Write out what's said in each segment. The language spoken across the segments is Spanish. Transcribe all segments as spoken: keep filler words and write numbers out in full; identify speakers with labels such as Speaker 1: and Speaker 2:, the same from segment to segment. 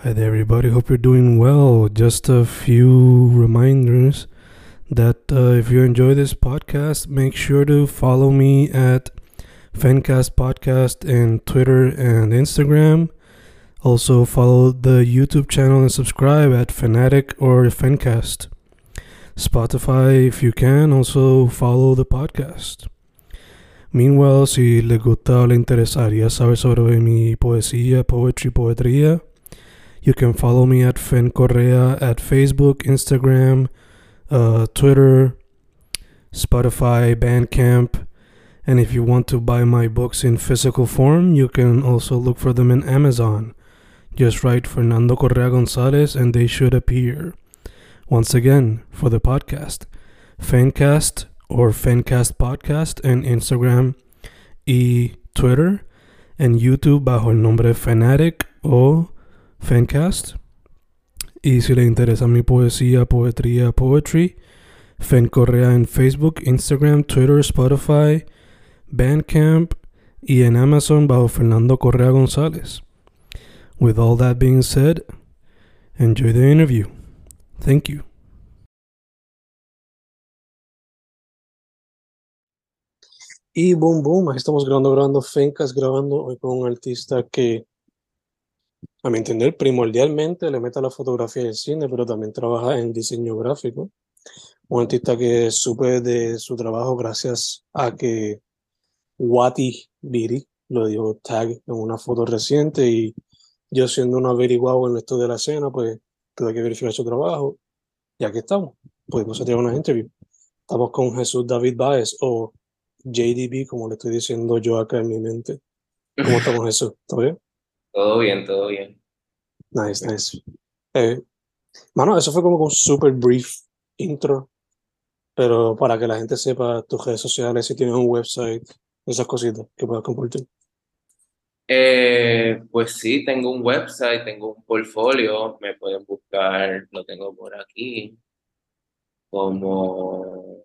Speaker 1: Hi there, everybody. Hope you're doing well. Just a few reminders that uh, if you enjoy this podcast, make sure to follow me at Fencast Podcast in Twitter and Instagram. Also, follow the YouTube channel and subscribe at Fanatic or Fencast. Spotify, if you can, also follow the podcast. Meanwhile, si les gusta o le interesaría saber sobre mi poesía, poetry, poetría, you can follow me at Fen Correa at Facebook, Instagram, uh, Twitter, Spotify, Bandcamp. And if you want to buy my books in physical form, you can also look for them in Amazon. Just write Fernando Correa Gonzalez and they should appear. Once again, for the podcast, Fencast or Fencast Podcast en Instagram y Twitter, en YouTube bajo el nombre Fanatic o Fencast. Y si le interesa mi poesía, poetría, poetry, Fen Correa en Facebook, Instagram, Twitter, Spotify, Bandcamp y en Amazon bajo Fernando Correa González. With all that being said, enjoy the interview. Thank you. Y boom, boom, aquí estamos grabando, grabando Fencast, grabando hoy con un artista que, a mi entender, primordialmente le mete a la fotografía y el cine, pero también trabaja en diseño gráfico. Un artista que supe de su trabajo gracias a que Wati Biri lo dio tag en una foto reciente y yo siendo un averiguado en esto de la escena, pues tuve que verificar su trabajo y aquí estamos. Pudimos hacer una interview. Estamos con Jesús David Báez o J D B, como le estoy diciendo yo acá en mi mente. ¿Cómo estamos, Jesús? ¿Todo bien?
Speaker 2: Todo bien, todo bien.
Speaker 1: Nice, nice. Eh, mano, eso fue como un super brief intro, pero para que la gente sepa tus redes sociales, si tienes un website, esas cositas que puedas compartir.
Speaker 2: Eh, pues sí, tengo un website, tengo un portfolio, me pueden buscar, lo tengo por aquí, como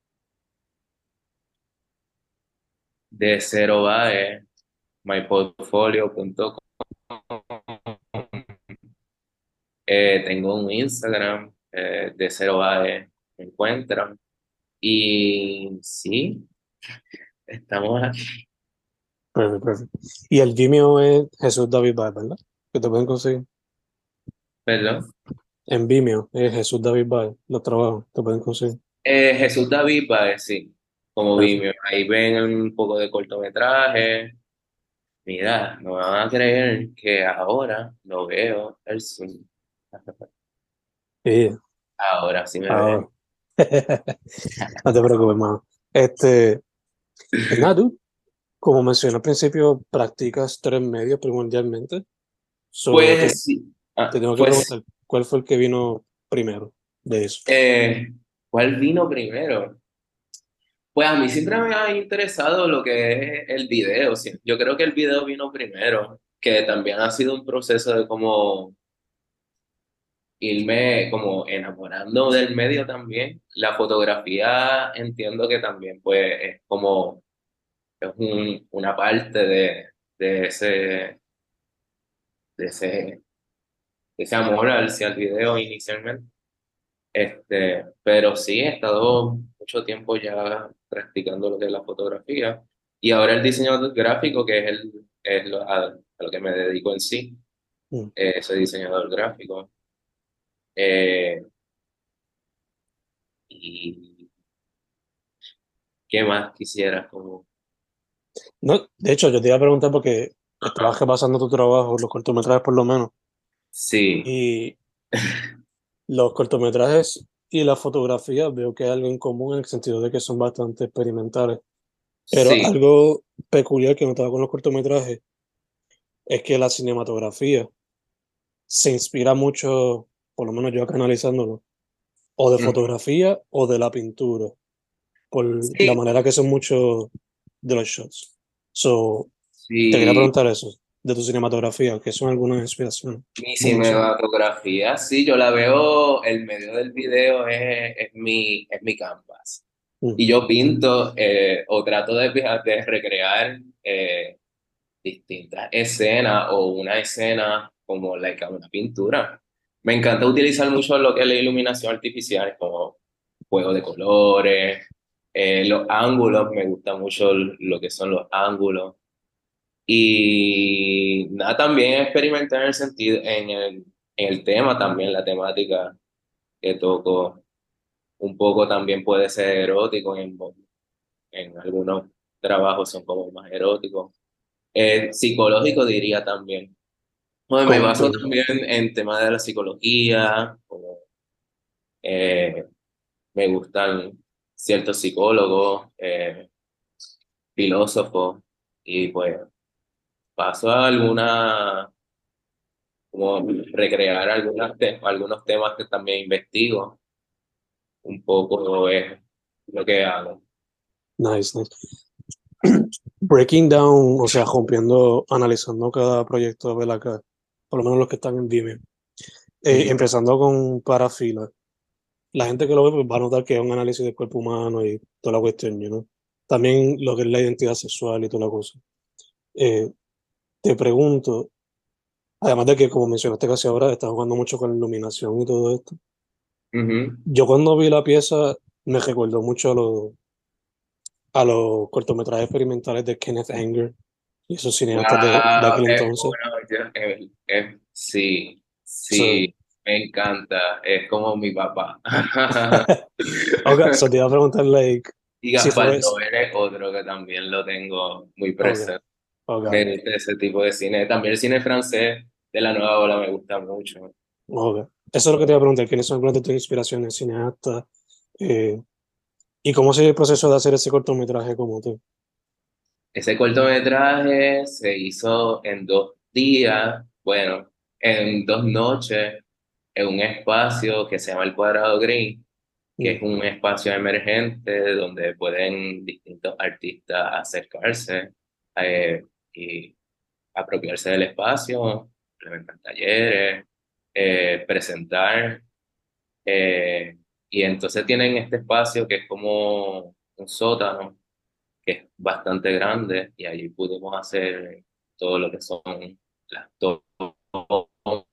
Speaker 2: de cero bae, my portfolio punto com. Eh, tengo un Instagram, eh, de cero bae, me encuentran. Y sí, estamos aquí.
Speaker 1: Perfecto, perfecto. Y el Vimeo es Jesús David Báez, ¿verdad? Que te pueden conseguir.
Speaker 2: Perdón.
Speaker 1: En Vimeo es Jesús David Báez, los trabajos, te pueden conseguir.
Speaker 2: Eh, Jesús David Baez, sí, como
Speaker 1: Perfecto.
Speaker 2: Vimeo. Ahí ven un poco de cortometraje. Mira, no van a creer que ahora lo veo el Zoom.
Speaker 1: Sí,
Speaker 2: Ahora sí me
Speaker 1: ahora.
Speaker 2: ven.
Speaker 1: No te preocupes, mano. Este, y nada, tú, como mencioné al principio, practicas tres medios primordialmente. So, te,
Speaker 2: Pues sí.
Speaker 1: te
Speaker 2: Ah,
Speaker 1: tengo que
Speaker 2: pues,
Speaker 1: preguntar, ¿cuál fue el que vino primero de eso?
Speaker 2: eh, ¿cuál vino primero? Pues a mí siempre me ha interesado lo que es el video. Sí. Yo creo que el video vino primero, que también ha sido un proceso de como irme como enamorando del medio también. La fotografía entiendo que también pues es como es un- una parte de, de ese, de ese, de ese amor hacia el video inicialmente. Este, pero sí, he estado mucho tiempo ya practicando lo que es la fotografía y ahora el diseño gráfico, que es, el, es lo, a, a lo que me dedico en sí,
Speaker 1: Mm.
Speaker 2: eh, soy diseñador gráfico. Eh, y qué más quisieras como...
Speaker 1: No, de hecho, yo te iba a preguntar porque estaba repasando tu trabajo, los cortometrajes por lo menos,
Speaker 2: Sí,
Speaker 1: y los cortometrajes y la fotografía veo que hay algo en común en el sentido de que son bastante experimentales. Pero
Speaker 2: sí,
Speaker 1: algo peculiar que notaba con los cortometrajes es que la cinematografía se inspira mucho, por lo menos yo acá analizándolo, o de
Speaker 2: mm,
Speaker 1: fotografía o de la pintura, por la
Speaker 2: sí,
Speaker 1: manera que son muchos de los shots. So, te quería
Speaker 2: sí.
Speaker 1: preguntar eso, de tu cinematografía, que son algunas inspiraciones.
Speaker 2: Mi
Speaker 1: Muchas.
Speaker 2: cinematografía, sí, yo la veo, el medio del video es, es mi, es mi canvas.
Speaker 1: Mm,
Speaker 2: Y yo pinto eh, o trato de, de recrear eh, distintas escenas o una escena como like, a una pintura. Me encanta utilizar mucho lo que es la iluminación artificial, como juego de colores, eh, los ángulos, me gusta mucho lo que son los ángulos. Y nada, también experimentar en el sentido, en el, en el tema también, la temática que toco, un poco también puede ser erótico, en, en algunos trabajos son como más eróticos. Eh, psicológico diría también. Bueno, me
Speaker 1: Como
Speaker 2: baso
Speaker 1: que,
Speaker 2: también en temas de la psicología, como eh, me gustan ciertos psicólogos, eh, filósofos, y pues paso a alguna, como recrear algunas te- algunos temas que también investigo, un poco es lo que hago.
Speaker 1: nice, nice. Breaking down, o sea, rompiendo, analizando cada proyecto de Belacar, por lo menos los que están en Vimeo. Eh,
Speaker 2: Ujú,
Speaker 1: empezando con Parafila. La gente que lo ve pues, va a notar que es un análisis del cuerpo humano y toda la cuestión, you know. También lo que es la identidad sexual y toda la cosa. Eh, te pregunto, además de que, como mencionaste casi ahora, estás jugando mucho con la iluminación y todo esto.
Speaker 2: ujú.
Speaker 1: Yo cuando vi la pieza me recordó mucho a los, a los cortometrajes experimentales de Kenneth Anger y esos cineastas de, de
Speaker 2: Wow,
Speaker 1: aquel
Speaker 2: es
Speaker 1: entonces.
Speaker 2: uno, yo- eh, eh, sí,
Speaker 1: So,
Speaker 2: sí, me encanta, es como mi papá.
Speaker 1: okay, so te iba a preguntar, like,
Speaker 2: Y
Speaker 1: si
Speaker 2: Gaspar
Speaker 1: fue...
Speaker 2: Noé es otro que también lo tengo muy
Speaker 1: Okay,
Speaker 2: presente. Me
Speaker 1: okay,
Speaker 2: gusta ese tipo de cine. También el cine francés de la nueva ola me gusta mucho.
Speaker 1: okay. Eso es lo que te iba a preguntar, ¿quiénes son algunas de tus inspiraciones cineastas? Eh, ¿y cómo sigue el proceso de hacer ese cortometraje como tú?
Speaker 2: Ese cortometraje se hizo en dos días, bueno, en dos noches, en un espacio que se llama el Cuadrado Green, que
Speaker 1: Mm,
Speaker 2: es un espacio emergente donde pueden distintos artistas acercarse eh, y apropiarse del espacio, implementar talleres, eh, presentar. eh, y entonces tienen este espacio que es como un sótano, que es bastante grande, y allí pudimos hacer todo lo que son las tomas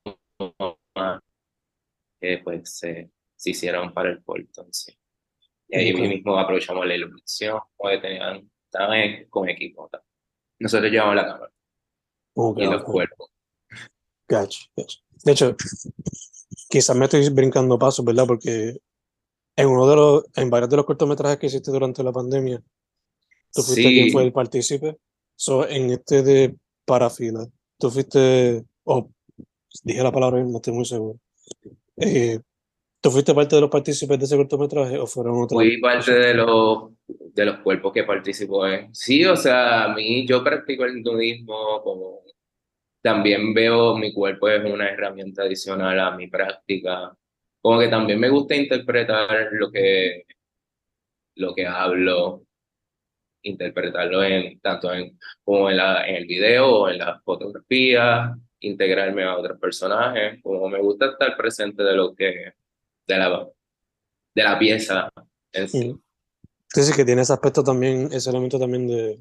Speaker 2: que pues se, se hicieron para el corto en sí. Y ahí
Speaker 1: okay,
Speaker 2: mismo aprovechamos la iluminación, porque tenían, estaban en- con equipo. ¿No? Nosotros llevamos la cámara
Speaker 1: okay,
Speaker 2: y los
Speaker 1: okay.
Speaker 2: cuerpos.
Speaker 1: Gotcha, gotcha. De hecho, quizás me estoy brincando pasos, ¿verdad? Porque en uno de los, en varios de los cortometrajes que hiciste durante la pandemia, tú fuiste quien fue el
Speaker 2: Sí,
Speaker 1: partícipe. So, en este de Parafila, tú fuiste, o dije la palabra bien, no estoy muy seguro. Eh, ¿tú fuiste parte de los partícipes de ese cortometraje o fueron otras
Speaker 2: fui parte
Speaker 1: personas?
Speaker 2: de los, de los cuerpos que participó en. Sí, o sea, a mí yo practico el nudismo, como también veo mi cuerpo es una herramienta adicional a mi práctica. Como que también me gusta interpretar lo que, lo que hablo, interpretarlo en, tanto en, como en la, en el video o en la fotografía, integrarme a otros personajes, como me gusta estar presente de lo que, de la, de la pieza en
Speaker 1: Mm.
Speaker 2: sí.
Speaker 1: Sí, sí, que tiene ese aspecto también, ese elemento también de,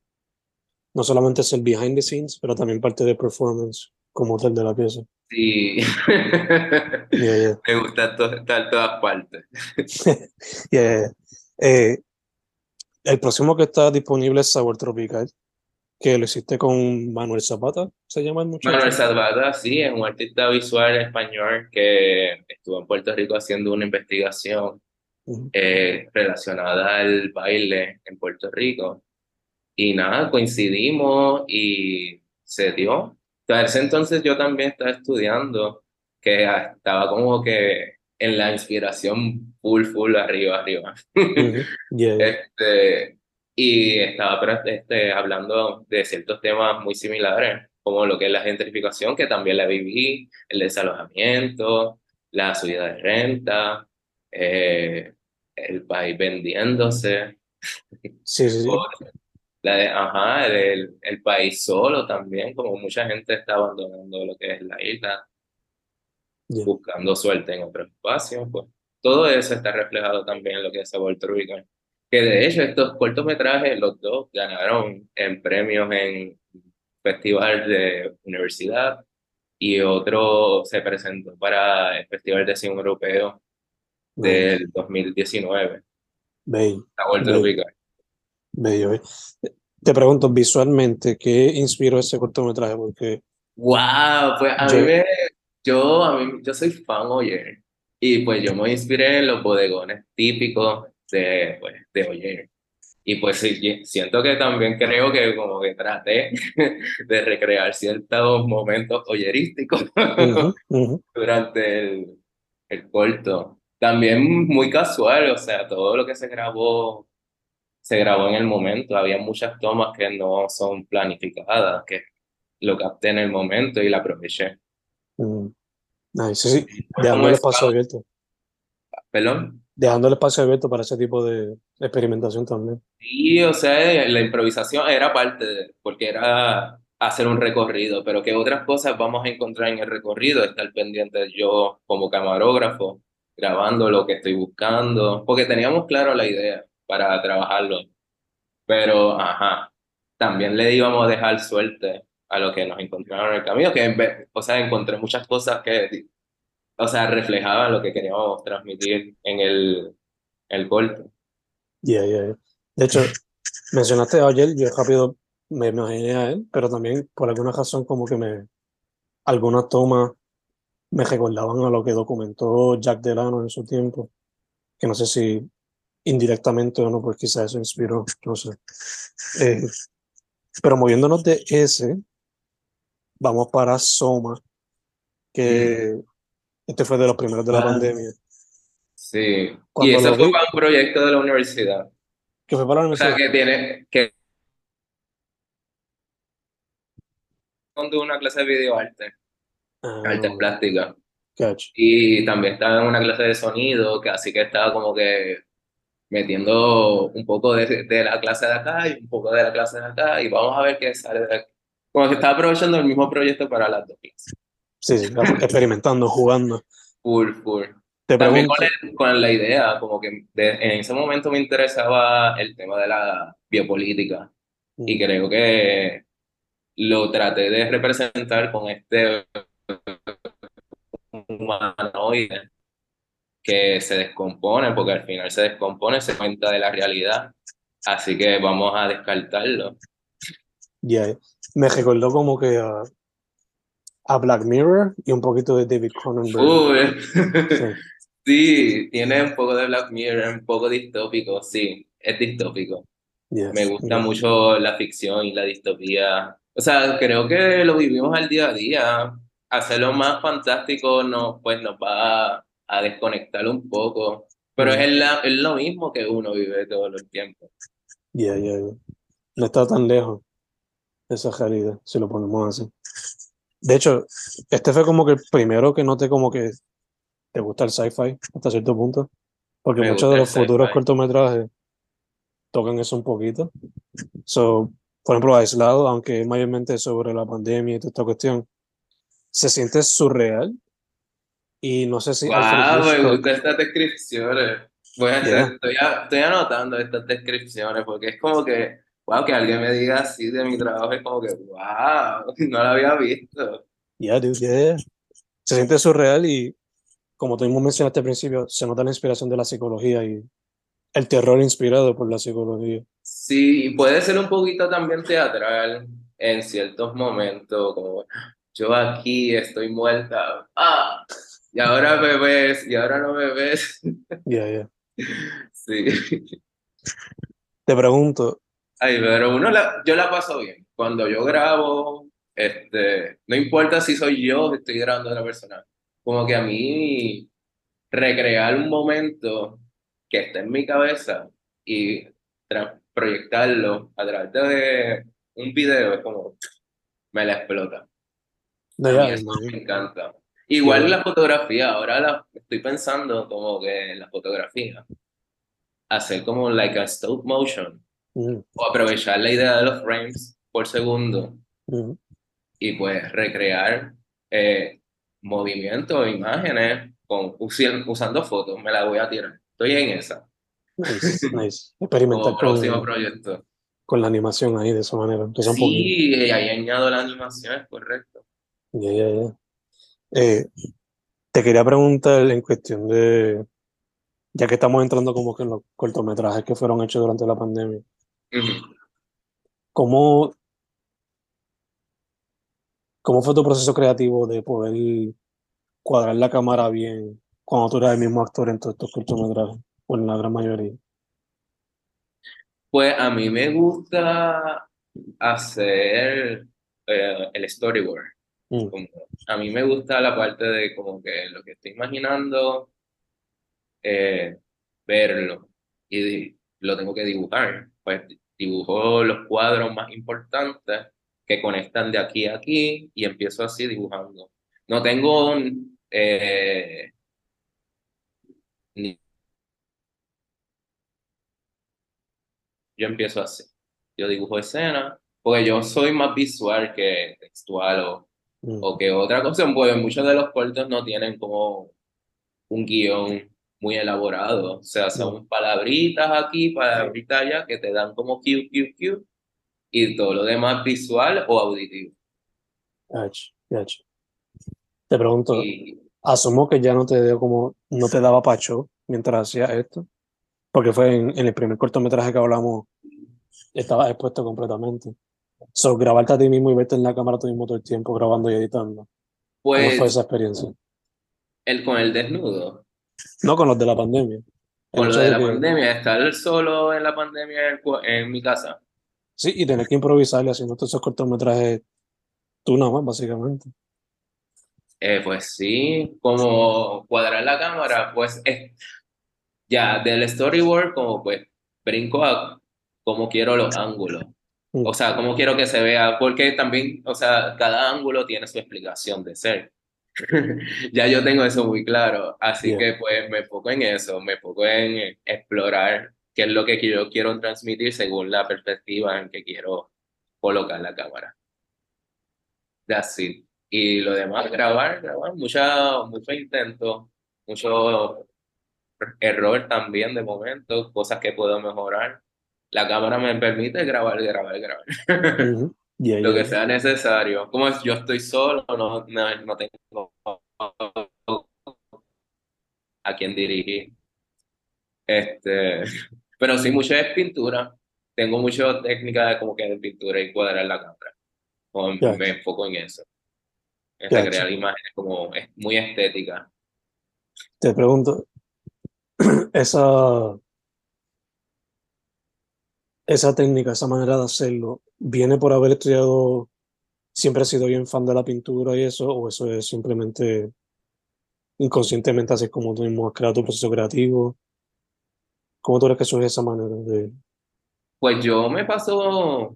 Speaker 1: no solamente es el behind the scenes, pero también parte de performance como tal de la pieza.
Speaker 2: Sí,
Speaker 1: Yeah, yeah.
Speaker 2: me gusta to- estar en todas partes.
Speaker 1: Yeah, yeah. Eh, el próximo que está disponible es Sabor Tropical, que lo hiciste con Manuel Zapata, se llama el
Speaker 2: Manuel
Speaker 1: muchacho.
Speaker 2: Salvata, sí, es un artista visual español que estuvo en Puerto Rico haciendo una investigación
Speaker 1: Ujú.
Speaker 2: eh, relacionada al baile en Puerto Rico. Y nada, coincidimos y se dio. Para ese entonces yo también estaba estudiando, que estaba como que en la inspiración full, full, arriba, arriba.
Speaker 1: Ujú. Yeah, yeah.
Speaker 2: Este, y estaba pra- este, hablando de ciertos temas muy similares, como lo que es la gentrificación, que también la viví, el desalojamiento, la subida de renta, eh, el país vendiéndose.
Speaker 1: Sí, sí, sí.
Speaker 2: La de, ajá, el, el país solo también, como mucha gente está abandonando lo que es la isla,
Speaker 1: Yeah.
Speaker 2: buscando suerte en otros espacios, pues todo eso está reflejado también en lo que es Sabor Tropical. Que de hecho estos cortometrajes, los dos, ganaron en premios en festival de universidad y otro se presentó para el Festival de Cine Europeo
Speaker 3: Nice.
Speaker 2: del dos mil diecinueve.
Speaker 3: Bello,
Speaker 2: La Vuelta a
Speaker 3: bello,
Speaker 2: Ubicar.
Speaker 3: bello. eh. Te pregunto visualmente, ¿qué inspiró ese cortometraje? Porque
Speaker 2: Wow, pues a mí
Speaker 3: yo,
Speaker 2: me, yo, a mí, yo soy fan Oyer y pues yo me inspiré en los bodegones típicos de, pues, de Oyer. Y pues sí, y siento que también creo que como que traté de recrear ciertos momentos oyerísticos
Speaker 3: ujú, ujú,
Speaker 2: durante el, el corto. También muy casual, o sea, todo lo que se grabó, se grabó en el momento. Había muchas tomas que no son planificadas, que lo capté en el momento y la aproveché.
Speaker 3: ujú. Nice, sí, sí,
Speaker 2: Fue
Speaker 3: dejando
Speaker 2: como
Speaker 3: el
Speaker 2: es,
Speaker 3: espacio abierto,
Speaker 2: perdón.
Speaker 3: dejando el espacio abierto para ese tipo de experimentación también.
Speaker 2: Sí, o sea, la improvisación era parte de, porque era hacer un recorrido, pero que otras cosas vamos a encontrar en el recorrido, estar pendiente yo como camarógrafo, grabando lo que estoy buscando, porque teníamos claro la idea para trabajarlo, pero ajá, también le íbamos a dejar suerte a lo que nos encontraron en el camino, que en vez, o sea, encontré muchas cosas que, o sea, reflejaban lo que queríamos transmitir en el, el corto.
Speaker 3: Yeah, yeah, yeah. De hecho, mencionaste a ayer, yo rápido me imaginé a él, pero también por alguna razón como que me, algunas tomas me recordaban a lo que documentó Jack Delano en su tiempo, que no sé si indirectamente o no, pues quizás eso inspiró, no sé. Eh, pero moviéndonos de ese, vamos para Soma,
Speaker 2: Mm.
Speaker 3: que este fue de los primeros de la pandemia.
Speaker 2: Sí, y
Speaker 3: Cuando
Speaker 2: eso
Speaker 3: lo
Speaker 2: fue
Speaker 3: vi,
Speaker 2: para un proyecto de la universidad.
Speaker 3: que fue para la
Speaker 2: O sea,
Speaker 3: universidad.
Speaker 2: que tiene, que de una clase de videoarte, artes
Speaker 3: Ah,
Speaker 2: plásticas.
Speaker 3: catch.
Speaker 2: Y también estaba en una clase de sonido, que así que estaba como que metiendo un poco de, de la clase de acá y un poco de la clase de acá, y vamos a ver qué sale de aquí. Como que estaba aprovechando el mismo proyecto para las dos clases.
Speaker 3: Sí, sí, experimentando, jugando.
Speaker 2: Full, full.
Speaker 3: Te
Speaker 2: También con,
Speaker 3: pregunto,
Speaker 2: el- con la idea, como que de- en ese momento me interesaba el tema de la biopolítica. Y
Speaker 3: mm,
Speaker 2: creo que lo traté de representar con este humanoide que se descompone, porque al final se descompone, se cuenta de la realidad, así que vamos a descartarlo.
Speaker 3: ya, me recordó como que a, a Black Mirror y un poquito de David Cronenberg.
Speaker 2: Full.
Speaker 3: Sí,
Speaker 2: Sí, tiene un poco de Black Mirror, un poco distópico, sí, es distópico.
Speaker 3: ya,
Speaker 2: Me gusta
Speaker 3: ya,
Speaker 2: mucho la ficción y la distopía. O sea, creo que lo vivimos al día a día. Hacerlo más fantástico no, pues nos va a desconectar un poco. Pero
Speaker 3: mm,
Speaker 2: es, la- es lo mismo que uno vive todo el tiempo.
Speaker 3: ya, ya, ya. No está tan lejos esa realidad, si lo ponemos así. De hecho, este fue como que el primero que noté como que te gusta el sci-fi hasta cierto punto, porque
Speaker 2: Me
Speaker 3: muchos
Speaker 2: gusta
Speaker 3: de
Speaker 2: el
Speaker 3: los futuros
Speaker 2: sci-fi.
Speaker 3: cortometrajes tocan eso un poquito. So, por ejemplo, Aislado, aunque es mayormente sobre la pandemia y toda esta cuestión, se siente surreal y no sé si Alfred
Speaker 2: Wow, me
Speaker 3: Hitchcock,
Speaker 2: gustan estas descripciones. Voy a
Speaker 3: yeah,
Speaker 2: hacer, estoy, a- estoy anotando estas descripciones porque es como que, wow, que alguien me diga así de mi trabajo es como que, wow, no lo había visto.
Speaker 3: yeah, dude, yeah. Se siente surreal y como tú mismo mencionaste al principio, se nota la inspiración de la psicología y el terror inspirado por la psicología.
Speaker 2: Sí, puede ser un poquito también teatral en ciertos momentos, como yo aquí estoy muerta, ah, y ahora me ves, y ahora no me ves.
Speaker 3: Yeah, yeah.
Speaker 2: Sí.
Speaker 3: Te pregunto,
Speaker 2: Ay, pero uno la, yo la paso bien. Cuando yo grabo, este, no importa si soy yo o estoy grabando a otra persona. Como que a mí recrear un momento que está en mi cabeza y tra- proyectarlo a través de un video es como me la explota.
Speaker 3: no,
Speaker 2: A
Speaker 3: ya,
Speaker 2: mí
Speaker 3: me
Speaker 2: eso
Speaker 3: imagino.
Speaker 2: me encanta.
Speaker 3: Yeah,
Speaker 2: Igual
Speaker 3: yeah.
Speaker 2: la fotografía, ahora la, estoy pensando como que en la fotografía, hacer como like a stop motion
Speaker 3: Mm,
Speaker 2: o aprovechar la idea de los frames por segundo
Speaker 3: mm.
Speaker 2: y pues recrear eh, movimientos, imágenes con, usi- usando fotos. Me la voy a tirar. Estoy en esa
Speaker 3: Nice, nice. Experimentar
Speaker 2: como próximo
Speaker 3: con,
Speaker 2: proyecto.
Speaker 3: con la animación ahí de esa manera, aunque sea un poquito.
Speaker 2: Sí, y ahí añado la animación, es correcto.
Speaker 3: Yeah, yeah, yeah. Eh, Te quería preguntar en cuestión de, ya que estamos entrando como que en los cortometrajes que fueron hechos durante la pandemia,
Speaker 2: Ujú.
Speaker 3: ¿cómo, cómo fue tu proceso creativo de poder cuadrar la cámara bien cuando tú eras el mismo actor en todos estos cortometrajes, o en la gran mayoría?
Speaker 2: Pues a mí me gusta hacer eh, el storyboard.
Speaker 3: Mm,
Speaker 2: Como- a mí me gusta la parte de como que lo que estoy imaginando, eh, verlo y di- lo tengo que dibujar. Pues dibujo los cuadros más importantes que conectan de aquí a aquí y empiezo así dibujando. No tengo un, eh, ni- yo empiezo así. Yo dibujo escena, porque yo soy más visual que textual o,
Speaker 3: mm,
Speaker 2: o que otra cosa. Pues muchos de los cortos no tienen como un guión muy elaborado. O sea,
Speaker 3: mm.
Speaker 2: son palabritas aquí, palabritas allá, que te dan como Q, Q, Q, y todo lo demás visual o auditivo.
Speaker 3: Gach, gach. Te pregunto,
Speaker 2: Y
Speaker 3: asumo que ya no te dio como, no te daba pacho mientras hacías esto, porque fue en, en el primer cortometraje que hablamos, estabas expuesto completamente. So, grabarte a ti mismo y verte en la cámara tú mismo todo el tiempo grabando y editando. ¿Cómo fue esa
Speaker 2: pues
Speaker 3: experiencia?
Speaker 2: el con el desnudo,
Speaker 3: No con los de la pandemia. El
Speaker 2: con lo
Speaker 3: hecho
Speaker 2: de
Speaker 3: de
Speaker 2: la
Speaker 3: que,
Speaker 2: pandemia, estar solo en la pandemia en, cu- en mi casa.
Speaker 3: sí, y tener que improvisar y haciendo todos esos cortometrajes tú nada más, básicamente.
Speaker 2: Eh, pues sí, como cuadrar la cámara, pues eh, ya del storyboard, como pues brinco a cómo quiero los ángulos.
Speaker 3: Mm,
Speaker 2: O sea, cómo quiero que se vea, porque también, o sea, cada ángulo tiene su explicación de ser. Ya yo tengo eso muy claro, así
Speaker 3: yeah.
Speaker 2: que pues me enfoco en eso, me enfoco en explorar qué es lo que yo quiero transmitir según la perspectiva en que quiero colocar la cámara. That's it. Y lo demás, grabar, grabar, mucha, mucho intento, mucho error también de momento, cosas que puedo mejorar. La cámara me permite grabar, grabar, grabar.
Speaker 3: Ujú. Yeah,
Speaker 2: Lo
Speaker 3: yeah,
Speaker 2: que
Speaker 3: yeah.
Speaker 2: sea necesario. Como es, yo estoy solo, no, no, no tengo a quién dirigir. Este, pero sí, mucho es pintura. Tengo mucha técnica de como que de pintura y cuadrar la cámara. Como me
Speaker 3: Gotcha,
Speaker 2: enfoco en eso, en
Speaker 3: gotcha.
Speaker 2: recrear imágenes como es muy estéticas.
Speaker 3: Te pregunto, esa, esa técnica, esa manera de hacerlo, ¿viene por haber estudiado, siempre has sido bien fan de la pintura y eso, o eso es simplemente inconscientemente así como tú mismo has creado tu proceso creativo? ¿Cómo tú crees que surge esa manera de...
Speaker 2: Pues yo me paso,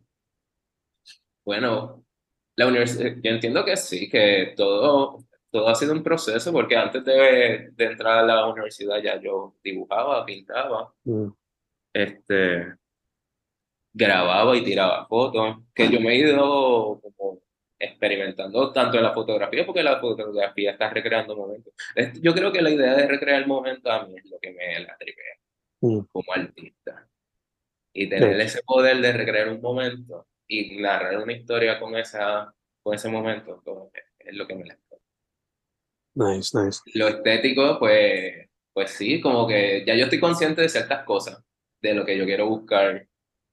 Speaker 2: bueno, la universidad, yo entiendo que sí, que todo, todo ha sido un proceso, porque antes de, de entrar a la universidad ya yo dibujaba, pintaba,
Speaker 3: Mm,
Speaker 2: este, grababa y tiraba fotos, que yo me he ido como experimentando tanto en la fotografía, porque la fotografía está recreando momentos. Es- Yo creo que la idea de recrear el momento a mí es lo que me la tripea
Speaker 3: mm,
Speaker 2: como artista. Y tener
Speaker 3: gotcha.
Speaker 2: ese poder de recrear un momento y narrar una historia con esa, con ese momento, como que es lo que me la...
Speaker 3: Nice, nice.
Speaker 2: Lo estético, pues, pues sí, como que ya yo estoy consciente de ciertas cosas, de lo que yo quiero buscar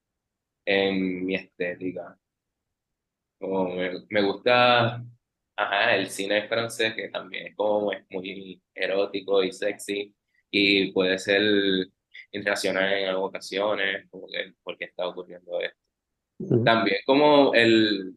Speaker 2: en mi estética. Como me, me gusta, ajá, el cine francés, que también es como es muy erótico y sexy, y puede ser irracional en algunas ocasiones, como que porque está ocurriendo esto.
Speaker 3: Mm,
Speaker 2: También como el,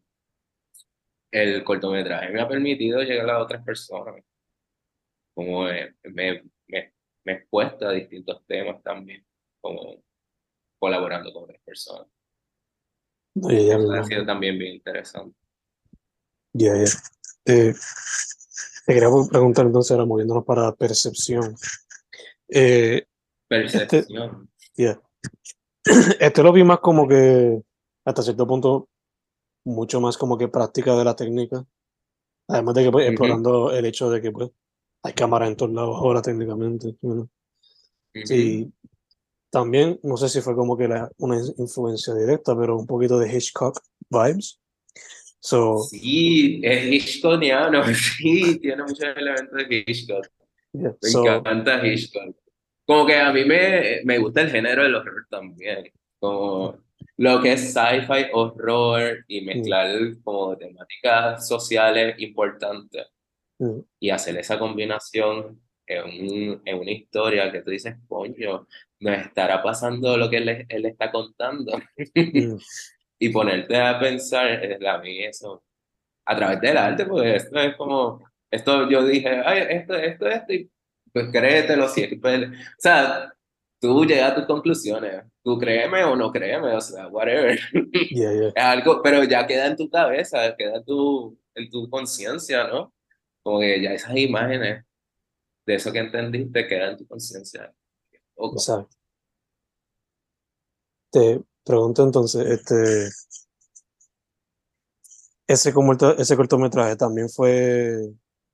Speaker 2: el cortometraje me ha permitido llegar a otras personas, como me, me, me, me he expuesto a distintos temas también, como colaborando con otras personas.
Speaker 3: yeah, yeah, me
Speaker 2: Eso ha sido
Speaker 3: imagino.
Speaker 2: también bien interesante.
Speaker 3: Yeah, yeah. Eh, Te quería preguntar entonces, ahora moviéndonos para percepción. Eh, este,
Speaker 2: Percepción.
Speaker 3: yeah. Este lo vi más como que, hasta cierto punto, mucho más como que práctica de la técnica. Además de que pues,
Speaker 2: Ujú,
Speaker 3: explorando el hecho de que pues, hay cámaras en todos lados ahora técnicamente. You know.
Speaker 2: ujú.
Speaker 3: Y también, no sé si fue como que la- una influencia directa, pero un poquito de Hitchcock vibes. So,
Speaker 2: Sí, es Hitchcockiano, sí, tiene muchos elementos de Hitchcock.
Speaker 3: yeah,
Speaker 2: Me
Speaker 3: so,
Speaker 2: encanta Hitchcock. Como que a mí me, me gusta el género del horror también. Como lo que es sci-fi, horror y
Speaker 3: mm,
Speaker 2: mezclar como temáticas sociales importantes
Speaker 3: mm,
Speaker 2: y hacer esa combinación en, un- en una historia que tú dices, coño, me estará pasando lo que él, él está contando.
Speaker 3: mm,
Speaker 2: Y ponerte a pensar, eh, a mí eso a través del arte, pues esto es como, esto yo dije, ay, esto, esto, esto, y pues créetelo siempre. O sea, tú llegas a tus conclusiones, tú créeme o no créeme, o sea, whatever.
Speaker 3: yeah, yeah,
Speaker 2: Es algo, pero ya queda en tu cabeza, queda en tu, en tu conciencia, ¿no? Como que ya esas imágenes de eso que entendiste quedan en tu conciencia. Ojo.
Speaker 3: exacto. Te pregunto entonces, este, ese, corto- ese cortometraje también fue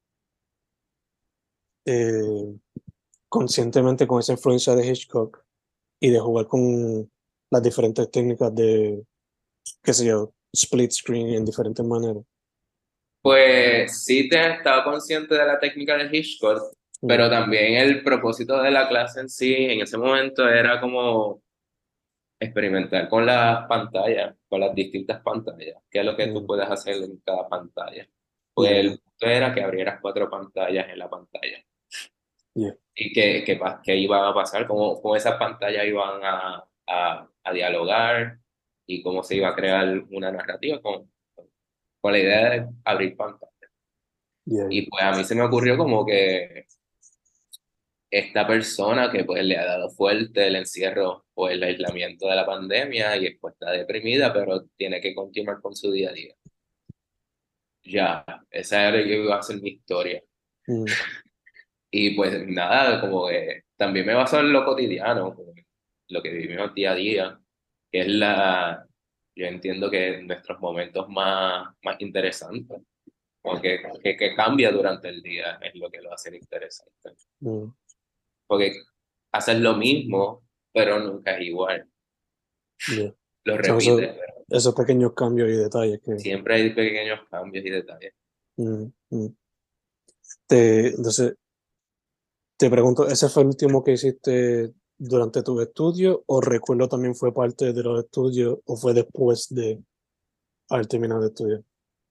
Speaker 3: eh, conscientemente con esa influencia de Hitchcock y de jugar con las diferentes técnicas de, qué sé yo, split screen en diferentes maneras.
Speaker 2: Pues sí te estaba consciente de la técnica de Hitchcock,
Speaker 3: Mm,
Speaker 2: pero también el propósito de la clase en sí, en ese momento era como experimentar con las pantallas, con las distintas pantallas, qué es lo que tú
Speaker 3: mm,
Speaker 2: puedes hacer en cada pantalla. Pues
Speaker 3: yeah, yeah,
Speaker 2: el punto era que abrieras cuatro pantallas en la pantalla
Speaker 3: yeah,
Speaker 2: y qué, qué, pa- qué iba a pasar, cómo, cómo esas pantallas iban a, a, a dialogar y cómo se iba a crear una narrativa con, con la idea de abrir pantallas.
Speaker 3: yeah, yeah.
Speaker 2: Y pues a mí se me ocurrió como que esta persona que pues le ha dado fuerte el encierro o el aislamiento de la pandemia y después está deprimida, pero tiene que continuar con su día a día. Ya, esa era yo iba a ser mi historia.
Speaker 3: Mm,
Speaker 2: Y pues nada, como que también me baso en lo cotidiano, como que lo que vivimos día a día, que es la, yo entiendo que nuestros momentos más, más interesantes, como que, que, que cambia durante el día, es lo que lo hace interesante.
Speaker 3: mm,
Speaker 2: Porque haces lo mismo, pero nunca es igual.
Speaker 3: yeah.
Speaker 2: Lo
Speaker 3: Son esos,
Speaker 2: repites, pero
Speaker 3: esos pequeños cambios y detalles que...
Speaker 2: siempre hay pequeños cambios y detalles.
Speaker 3: mm, mm. Te, entonces, te pregunto, ¿ese fue el último que hiciste durante tus estudios o recuerdo también fue parte de los estudios o fue después de haber terminado de estudiar?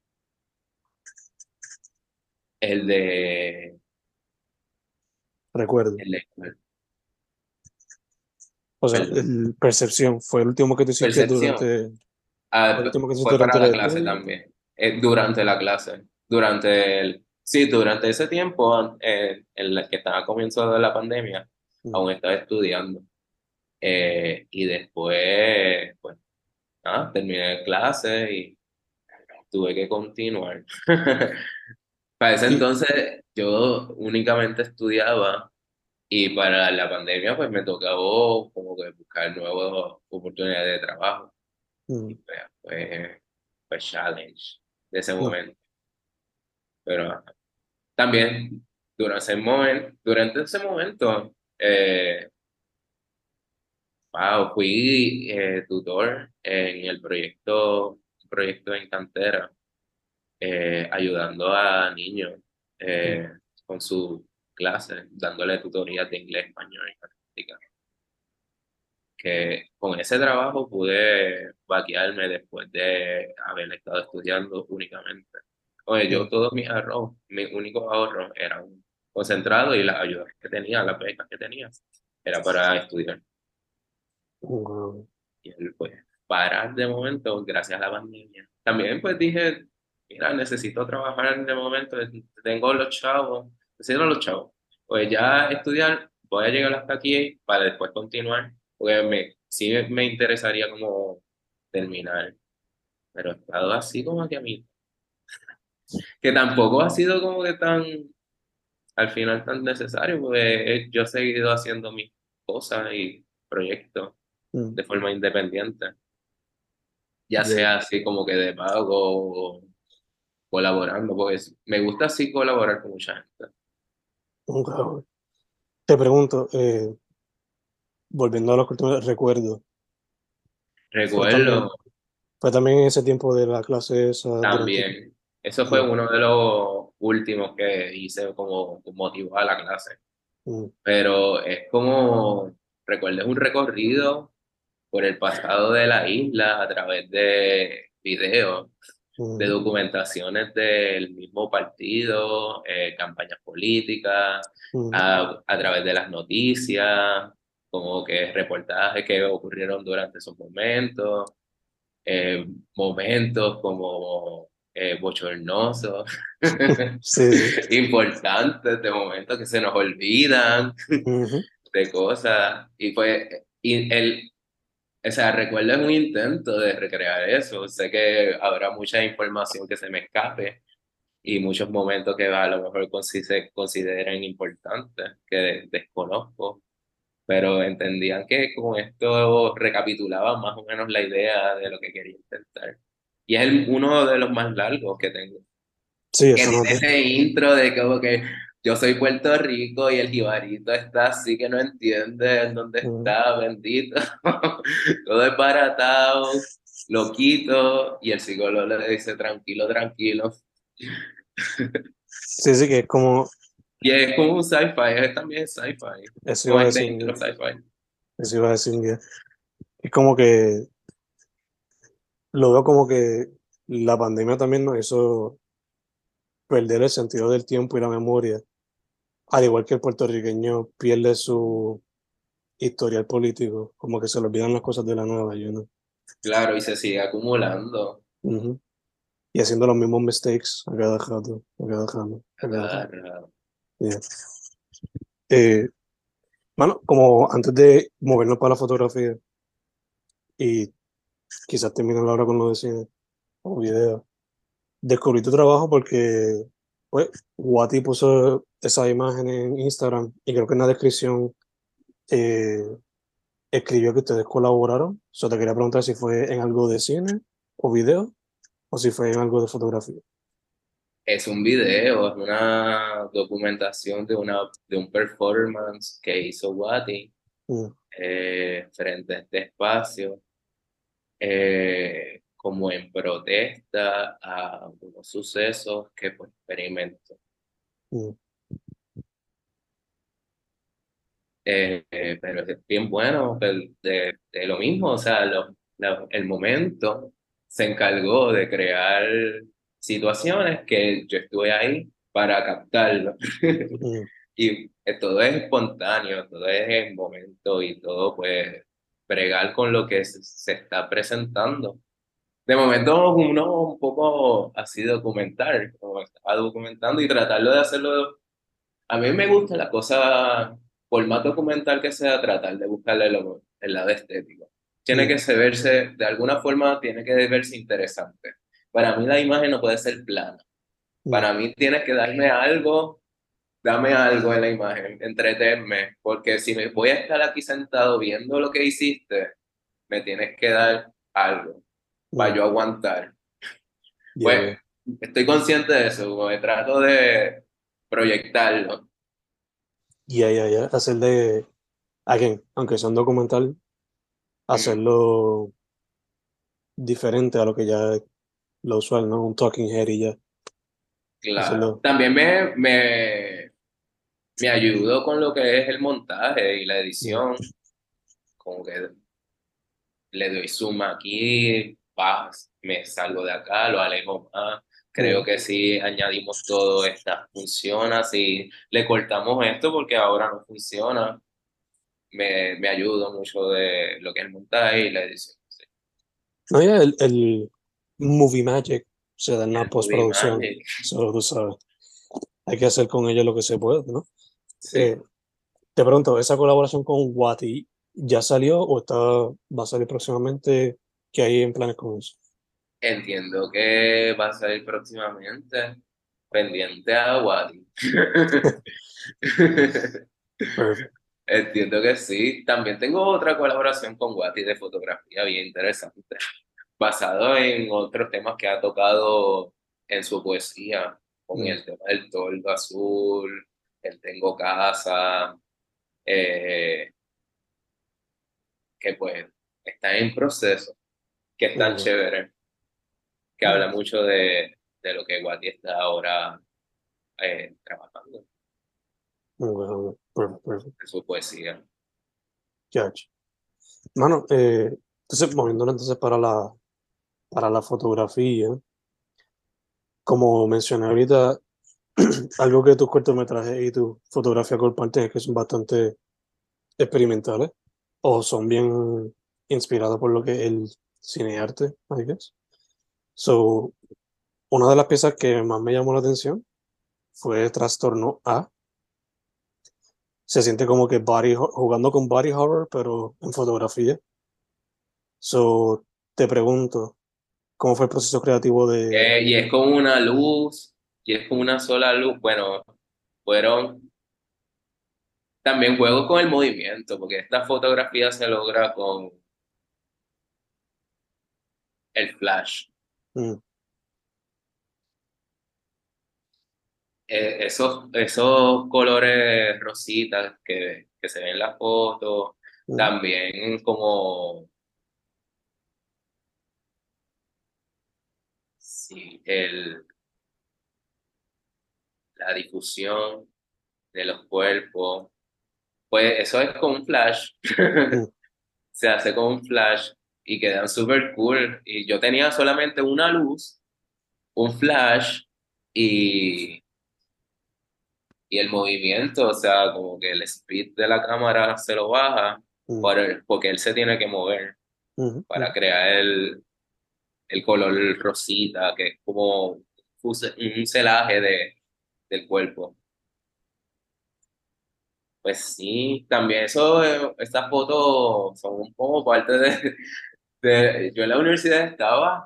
Speaker 2: El de,
Speaker 3: Recuerdo.
Speaker 2: el de
Speaker 3: O sea,
Speaker 2: perdón,
Speaker 3: el percepción fue el último que tú hiciste
Speaker 2: percepción.
Speaker 3: durante,
Speaker 2: Ah,
Speaker 3: fue el último que hiciste
Speaker 2: fue para
Speaker 3: durante el
Speaker 2: la clase
Speaker 3: estudio.
Speaker 2: también, eh, durante la clase, durante el, sí, durante ese tiempo eh, en el que estaba a comienzo de la pandemia,
Speaker 3: Mm,
Speaker 2: aún estaba estudiando. Eh, y después, pues, nada, terminé clase y tuve que continuar. Para ese
Speaker 3: y,
Speaker 2: entonces yo únicamente estudiaba y para la pandemia pues me tocaba como que buscar nuevas oportunidades de trabajo y
Speaker 3: mm,
Speaker 2: pues fue, fue challenge de ese
Speaker 3: no,
Speaker 2: momento. Pero ajá. También durante ese momento, durante ese momento eh, wow, fui eh, tutor en el proyecto, un proyecto en cantera eh, ayudando a niños
Speaker 3: mm,
Speaker 2: eh, con su clase, dándole tutorías de inglés, español y matemáticas. Que con ese trabajo pude vaquearme después de haber estado estudiando únicamente. Oye, yo
Speaker 3: mm,
Speaker 2: todos mis ahorros, mis únicos ahorros eran concentrados y las ayudas que tenía, las becas que tenía, era para estudiar.
Speaker 3: wow,
Speaker 2: Y él, pues, parar de momento gracias a la pandemia. También, pues, dije, mira, necesito trabajar de momento, tengo los chavos, necesito los chavos. Pues ya estudiar, voy a llegar hasta aquí para después continuar, porque me, sí me interesaría como terminar, pero he estado así como que a mí, que tampoco ha sido como que tan, al final tan necesario, porque yo he seguido haciendo mis cosas y proyectos
Speaker 3: mm,
Speaker 2: de forma independiente. Ya
Speaker 3: yeah,
Speaker 2: sea así como que de pago o colaborando, pues me gusta así colaborar con mucha gente.
Speaker 3: wow. Te pregunto, eh, volviendo a los últimos recuerdos, fue también,
Speaker 2: Recuerdo,
Speaker 3: Fue también en ese tiempo de la clase esa durante...
Speaker 2: También, eso fue
Speaker 3: Mm,
Speaker 2: uno de los últimos que hice como motivo a la clase.
Speaker 3: mm,
Speaker 2: Pero es como, recuerdes un recorrido por el pasado de la isla a través de videos, de
Speaker 3: mm,
Speaker 2: documentaciones del mismo partido, eh, campañas políticas,
Speaker 3: mm,
Speaker 2: a, a través de las noticias, como que reportajes que ocurrieron durante esos momentos, eh, momentos como eh, bochornosos,
Speaker 3: sí, sí.
Speaker 2: importantes, de momentos que se nos olvidan,
Speaker 3: Ujú,
Speaker 2: de cosas, y pues, y el, o sea, recuerdo un intento de recrear eso. Sé que habrá mucha información que se me escape y muchos momentos que a lo mejor consi- se consideren importantes, que desconozco, pero entendían que con esto recapitulaba más o menos la idea de lo que quería intentar. Y es el, uno de los más largos que tengo,
Speaker 3: sí,
Speaker 2: que
Speaker 3: eso
Speaker 2: tiene
Speaker 3: noté.
Speaker 2: ese intro de como que yo soy Puerto Rico y el jibarito está así que no entiende en dónde
Speaker 3: Ujú.
Speaker 2: está, bendito. Todo es baratado, lo quito y el psicólogo le dice tranquilo, tranquilo.
Speaker 3: Sí, sí, que es como,
Speaker 2: Y es como un sci-fi, es también sci-fi,
Speaker 3: eso
Speaker 2: con
Speaker 3: iba a
Speaker 2: este
Speaker 3: decir,
Speaker 2: intro sci-fi.
Speaker 3: eso iba a decir, que es como que lo veo como que la pandemia también nos hizo perder el sentido del tiempo y la memoria, al igual que el puertorriqueño pierde su historial político, como que se le olvidan las cosas de la nada, you know?
Speaker 2: Claro, y se sigue acumulando
Speaker 3: Ujú. Y haciendo los mismos mistakes a cada rato, a cada rato, a
Speaker 2: a
Speaker 3: cada
Speaker 2: cada
Speaker 3: rato.
Speaker 2: rato.
Speaker 3: Yeah. Eh, Bueno, como antes de movernos para la fotografía y quizás terminar ahora con lo de cine o video, descubrí tu trabajo porque, pues, Wati puso esa imagen en Instagram y creo que en la descripción eh, escribió que ustedes colaboraron. Solo te quería preguntar si fue en algo de cine o video o si fue en algo de fotografía.
Speaker 2: Es un video, es una documentación de, una, de un performance que hizo Wati
Speaker 3: Mm,
Speaker 2: eh, frente a este espacio, eh, como en protesta a unos sucesos que pues experimento.
Speaker 3: mm,
Speaker 2: Eh, eh, pero es bien bueno de, de, de lo mismo, o sea, lo- lo- el momento se encargó de crear situaciones que yo estuve ahí para captarlo.
Speaker 3: mm,
Speaker 2: Y eh, todo es espontáneo, todo es en momento y todo pues bregar con lo que se, se está presentando. De momento uno un poco así documental, como estaba documentando y tratarlo de hacerlo. A mí me gusta la cosa, por más documental que sea, tratar de buscarle lo- el lado estético. Tiene
Speaker 3: mm,
Speaker 2: que se verse, de alguna forma, tiene que verse interesante. Para mí la imagen no puede ser plana.
Speaker 3: mm,
Speaker 2: Para mí tienes que darme algo, dame algo en la imagen, entretenme, porque si me voy a estar aquí sentado viendo lo que hiciste, me tienes que dar algo para
Speaker 3: mm.
Speaker 2: yo aguantar.
Speaker 3: Yeah,
Speaker 2: Pues
Speaker 3: yeah.
Speaker 2: estoy consciente de eso, me trato de proyectarlo.
Speaker 3: Yeah, yeah, yeah. Hacer de, again, aunque sea un documental,
Speaker 2: Mm,
Speaker 3: hacerlo diferente a lo que ya es lo usual, ¿no? Un talking head y ya.
Speaker 2: claro.
Speaker 3: Hacerlo.
Speaker 2: También me, me, me ayudó con lo que es el montaje y la
Speaker 3: Mm,
Speaker 2: edición, como que le doy zoom aquí, paz, me salgo de acá, lo alejo más. Creo
Speaker 3: mm.
Speaker 2: que si añadimos todo esta funciona, si le cortamos esto porque ahora no funciona, me, me ayuda mucho de lo que es el montaje y la edición. Sí.
Speaker 3: No, ya el, el movie magic se da en la
Speaker 2: El movie
Speaker 3: postproducción,
Speaker 2: magic,
Speaker 3: solo tú sabes. Hay que hacer con ello lo que se puede, ¿no?
Speaker 2: sí.
Speaker 3: Eh, Te pregunto, ¿esa colaboración con Wati ya salió o está, va a salir próximamente? ¿Qué hay en planes con eso?
Speaker 2: Entiendo que va a salir próximamente, pendiente a Wadi.
Speaker 3: Perfect.
Speaker 2: Entiendo que sí. También tengo otra colaboración con Wati de fotografía bien interesante, basado en otros temas que ha tocado en su poesía, con
Speaker 3: Mm,
Speaker 2: el tema del toldo azul, el tengo casa, eh, que pues está en proceso. que es tan
Speaker 3: Ok,
Speaker 2: chévere, que
Speaker 3: mm,
Speaker 2: habla mucho de, de lo que Wati está ahora eh, trabajando
Speaker 3: ok, ok, perfecto, perfecto.
Speaker 2: en su poesía.
Speaker 3: Ya, ch- Mano, eh, entonces, moviéndonos entonces para la, para la fotografía, como mencioné ahorita, algo que tus cortometrajes y tu fotografía comparten es que son bastante experimentales o son bien inspirados por lo que es el cinearte, I guess. So, una de las piezas que más me llamó la atención fue Trastorno A. Se siente como que body, ho- jugando con body horror, pero en fotografía. So, te pregunto, ¿cómo fue el proceso creativo de...
Speaker 2: Eh, y es como una luz, y es como una sola luz. Bueno, fueron también juegos con el movimiento, porque esta fotografía se logra con el flash.
Speaker 3: Mm,
Speaker 2: Eh, esos, esos colores rositas que, que se ven en la foto,
Speaker 3: mm,
Speaker 2: también como sí, el, la difusión de los cuerpos, pues eso es con un flash,
Speaker 3: mm,
Speaker 2: se hace con un flash y quedan súper cool. Y yo tenía solamente una luz, un flash y, y el movimiento, o sea, como que el speed de la cámara se lo baja
Speaker 3: mm,
Speaker 2: por el- porque él se tiene que mover
Speaker 3: mm,
Speaker 2: para
Speaker 3: mm.
Speaker 2: crear el, el color rosita, que es como un ce- un celaje de, del cuerpo. Pues sí, también eso, eh, estas fotos son un poco parte de, de- yo en la universidad estaba,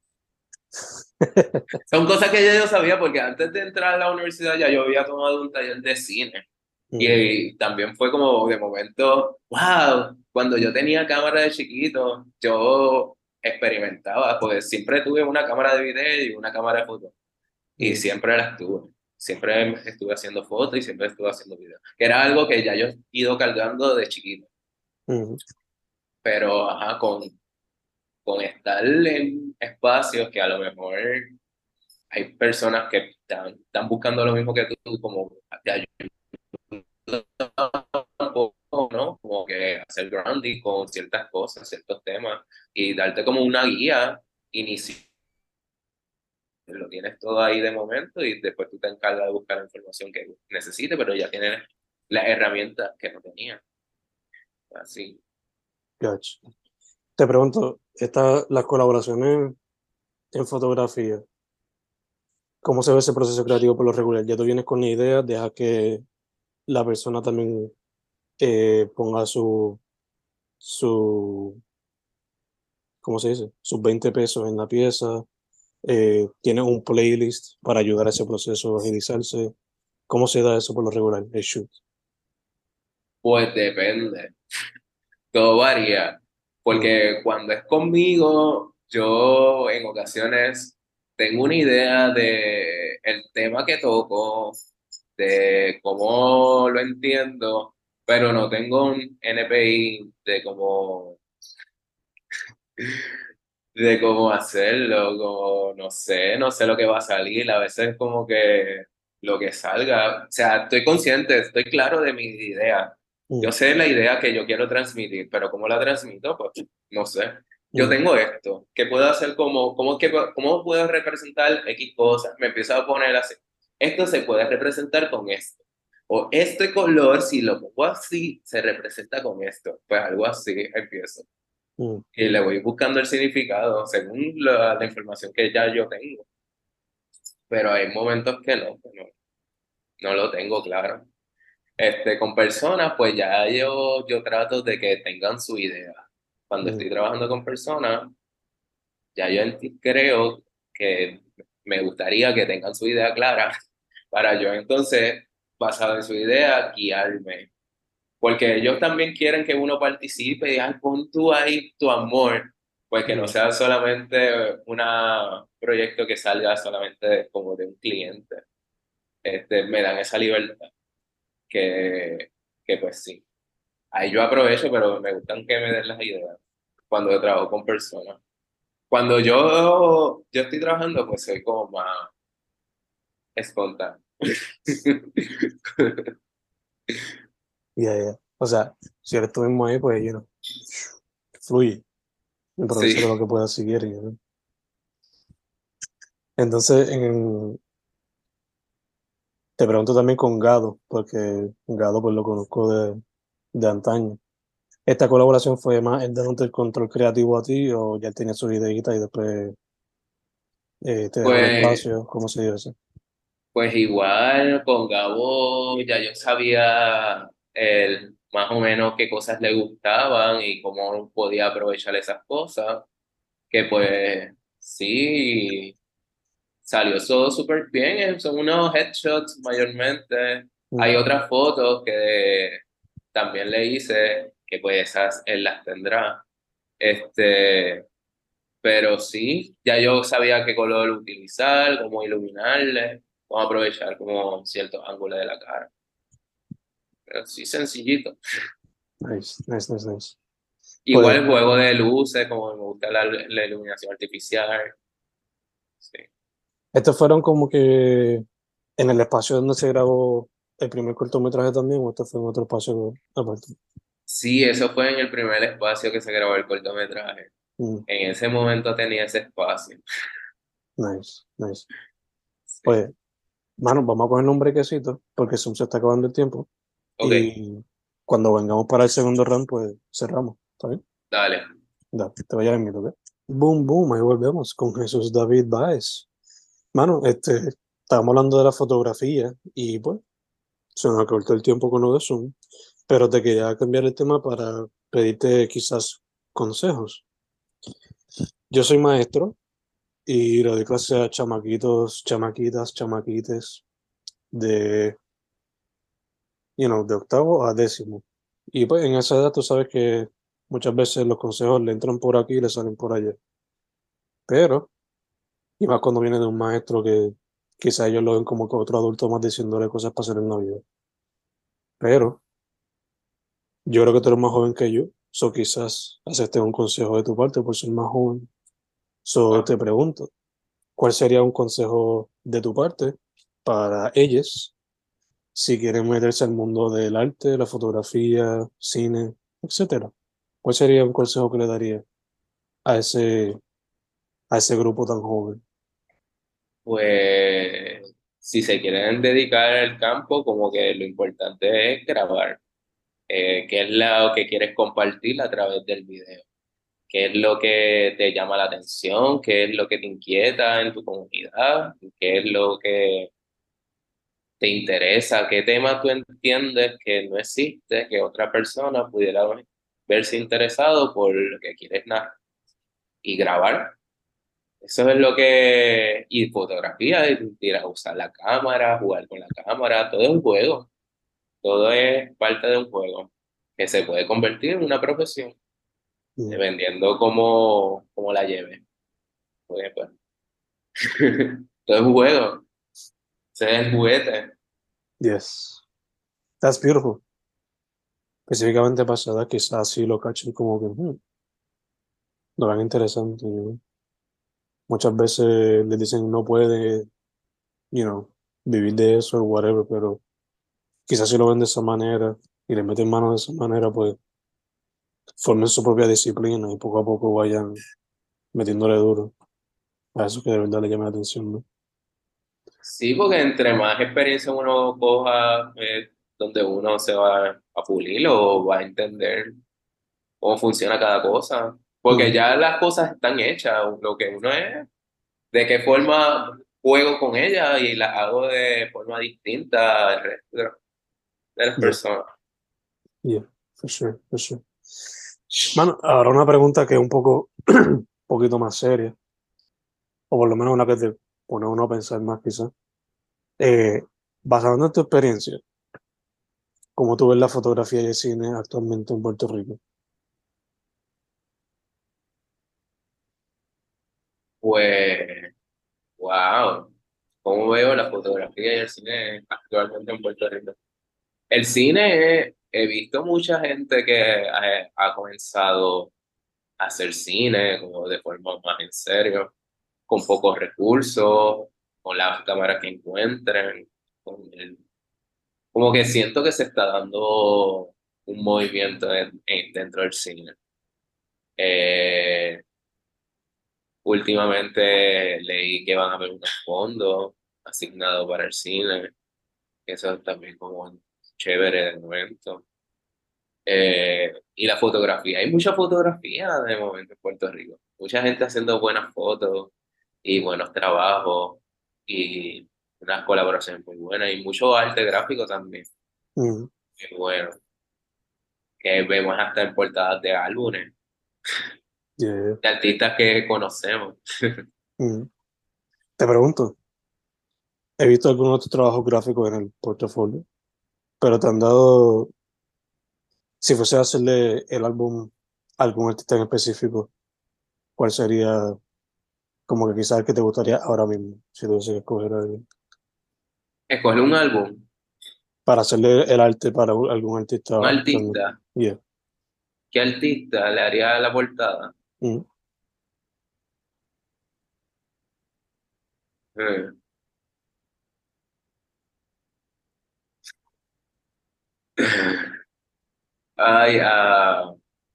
Speaker 2: son cosas que ya yo sabía porque antes de entrar a la universidad ya yo había tomado un taller de cine
Speaker 3: Mm,
Speaker 2: y, también fue como de momento, wow, cuando yo tenía cámara de chiquito, yo experimentaba, pues siempre tuve una cámara de video y una cámara de foto. Y
Speaker 3: mm,
Speaker 2: siempre las tuve. Siempre estuve haciendo fotos y siempre estuve haciendo videos. Que era algo que ya yo he ido cargando de chiquito.
Speaker 3: mm,
Speaker 2: Pero, ajá, con, con estar en espacios que a lo mejor hay personas que están, están buscando lo mismo que tú, como te ayuda un poco, ¿no? Como que hacer grounding con ciertas cosas, ciertos temas y darte como una guía inicial. Lo tienes todo ahí de momento y después tú te encargas de buscar la información que necesites, pero ya tienes las herramientas que no tenía. Así.
Speaker 3: gotcha. Te pregunto, esta, las colaboraciones en fotografía, ¿cómo se ve ese proceso creativo por lo regular? Ya tú vienes con la idea, deja que la persona también eh, ponga su, su, ¿cómo se dice? Sus veinte pesos en la pieza, eh, tienes un playlist para ayudar a ese proceso a agilizarse. ¿Cómo se da eso por lo regular, el shoot?
Speaker 2: Pues depende, todo varía,
Speaker 3: Mm,
Speaker 2: porque cuando es conmigo, yo en ocasiones tengo una idea de el tema que toco, de cómo lo entiendo, pero no tengo un N P I de cómo de cómo hacerlo, como no sé, no sé lo que va a salir, a veces como que lo que salga, o sea, estoy consciente, estoy claro de mi idea,
Speaker 3: mm,
Speaker 2: yo sé la idea que yo quiero transmitir, pero cómo la transmito, pues no sé. Yo
Speaker 3: mm,
Speaker 2: tengo esto, ¿qué puedo hacer como, cómo, que, cómo puedo representar X cosas? Me empiezo a poner así, esto se puede representar con esto, o este color, si lo pongo así, se representa con esto, pues algo así empiezo
Speaker 3: mm,
Speaker 2: y le voy buscando el significado según la, la información que ya yo tengo. Pero hay momentos que no, que no, no lo tengo claro. Este, con personas, pues ya yo, yo trato de que tengan su idea. Cuando
Speaker 3: mm,
Speaker 2: estoy trabajando con personas, ya yo enti- creo que me gustaría que tengan su idea clara para yo entonces, basado en su idea, guiarme. Porque ellos también quieren que uno participe y ay, pon tú ahí tu amor, pues que no
Speaker 3: mm,
Speaker 2: sea solamente un proyecto que salga solamente como de un cliente. Este, me dan esa libertad que, que pues sí. Ahí yo aprovecho, pero me gustan que me den las ideas cuando yo trabajo con personas. Cuando yo, yo estoy trabajando, pues soy como más espontáneo.
Speaker 3: Ya, ya. O sea, si eres tú mismo ahí, pues, you know, fluye, improvisa todo lo
Speaker 2: Sí,
Speaker 3: que puedas si quieres, you know. Entonces, en, te pregunto también con Gado, porque Gado pues lo conozco de, de antaño. ¿Esta colaboración fue más el dándote el control creativo a ti o ya él tenía su ideita y después eh, te dejó el
Speaker 2: pues,
Speaker 3: espacio? ¿Cómo se dio eso?
Speaker 2: pues igual con Gabo ya yo sabía el, más o menos qué cosas le gustaban y cómo podía aprovechar esas cosas, que pues sí, salió todo súper bien, eh, son unos headshots mayormente.
Speaker 3: Mm,
Speaker 2: Hay otras fotos que también le hice, que pues esas él las tendrá. Este, pero sí, ya yo sabía qué color utilizar, cómo iluminarle, cómo aprovechar como ciertos ángulos de la cara. Pero sí, sencillito.
Speaker 3: nice, nice, nice, nice.
Speaker 2: Igual
Speaker 3: Pues,
Speaker 2: el juego de luces, como me gusta la, la iluminación artificial. Sí.
Speaker 3: estos fueron como que en el espacio donde se grabó el primer cortometraje también, o esto fue en otro espacio aparte.
Speaker 2: Sí, eso fue en el primer espacio que se grabó el cortometraje.
Speaker 3: Mm,
Speaker 2: En ese momento tenía ese espacio.
Speaker 3: nice, nice.
Speaker 2: Sí.
Speaker 3: Pues, mano, vamos a coger un brequecito porque Zoom se está acabando el tiempo.
Speaker 2: Ok,
Speaker 3: Y cuando vengamos para el segundo round, pues cerramos. ¿Está bien?
Speaker 2: dale.
Speaker 3: Da, te voy a dar ¿ok? Boom, boom, ahí volvemos con Jesús David Báez. Mano, este, estábamos hablando de la fotografía y pues se nos acortó el tiempo con lo de Zoom, pero te quería cambiar el tema para pedirte quizás consejos. Yo soy maestro y le doy clase a chamaquitos, chamaquitas, chamaquites de, you know, de octavo a décimo. Y pues en esa edad tú sabes que muchas veces los consejos le entran por aquí y le salen por allá. Pero, y más cuando viene de un maestro que quizá ellos lo ven como que otro adulto más diciéndole cosas para hacer en la vida. Pero yo creo que tú eres más joven que yo, so quizás aceptes un consejo de tu parte por ser más joven. So
Speaker 2: Ah,
Speaker 3: te pregunto, ¿cuál sería un consejo de tu parte para ellos si quieren meterse al mundo del arte, la fotografía, cine, etcétera? ¿Cuál sería un consejo que le daría a ese, a ese grupo tan joven?
Speaker 2: pues si se quieren dedicar al campo, como que lo importante es grabar. Eh, qué es lo que quieres compartir a través del video, qué es lo que te llama la atención, qué es lo que te inquieta en tu comunidad, qué es lo que te interesa, qué tema tú entiendes que no existe, que otra persona pudiera verse interesado por lo que quieres narrar y grabar. Eso es lo que, y fotografía, y ir a usar la cámara, jugar con la cámara, todo es un juego, todo es parte de un juego que se puede convertir en una profesión.
Speaker 3: Mm,
Speaker 2: Dependiendo cómo, cómo la lleve. Pues, pues. Todo es un juego, ese es el juguete.
Speaker 3: yes, that's beautiful. Específicamente para esa edad, quizás sí lo cachen como que hmm, lo ven interesante. You know. Muchas veces les dicen no puede, you know, vivir de eso o whatever, pero quizás si lo ven de esa manera y le meten mano de esa manera, pues formen su propia disciplina y poco a poco vayan metiéndole duro a eso que de verdad le llama la atención, ¿no?
Speaker 2: Sí, porque entre más experiencia uno coja, eh, donde uno se va a pulir o va a entender cómo funciona cada cosa. Porque
Speaker 3: Mm,
Speaker 2: ya las cosas están hechas, lo que uno es, de qué forma juego con ellas y las hago de forma distinta al resto de de las
Speaker 3: yeah,
Speaker 2: personas.
Speaker 3: yeah, for sure, for sure. Mano, ahora una pregunta que es un poco, un poquito más seria, o por lo menos una que te pone a uno a pensar más quizás. Eh, basado en tu experiencia, ¿cómo tú ves la fotografía y el cine actualmente en Puerto Rico?
Speaker 2: Pues, wow, ¿cómo veo la fotografía y el cine actualmente en Puerto Rico? El cine, he visto mucha gente que ha, ha comenzado hacer cine como de forma más en serio, con pocos recursos, con las cámaras que encuentren, con el- como que siento que se está dando un movimiento en- en- dentro del cine. Eh, Últimamente leí que van a haber unos fondos asignados para el cine, que eso es también como chévere de momento. Eh, y la fotografía, hay mucha fotografía de momento en Puerto Rico, mucha gente haciendo buenas fotos y buenos trabajos y unas colaboraciones muy buenas y mucho arte gráfico también,
Speaker 3: Mm,
Speaker 2: que bueno, que vemos hasta en portadas de álbumes,
Speaker 3: yeah.
Speaker 2: de artistas que conocemos.
Speaker 3: Mm. Te pregunto, he visto algunos otros trabajos gráficos en el portafolio, pero te han dado, si fuese a hacerle el álbum a algún artista en específico, ¿cuál sería como que quizás el que te gustaría ahora mismo, si tuviese que escoger a alguien?
Speaker 2: Escoge un álbum,
Speaker 3: Para hacerle el arte para un- algún artista
Speaker 2: un
Speaker 3: actualmente.
Speaker 2: artista,
Speaker 3: Yeah.
Speaker 2: ¿qué artista le haría la portada?
Speaker 3: Mm.
Speaker 2: Hmm. Ay, ah,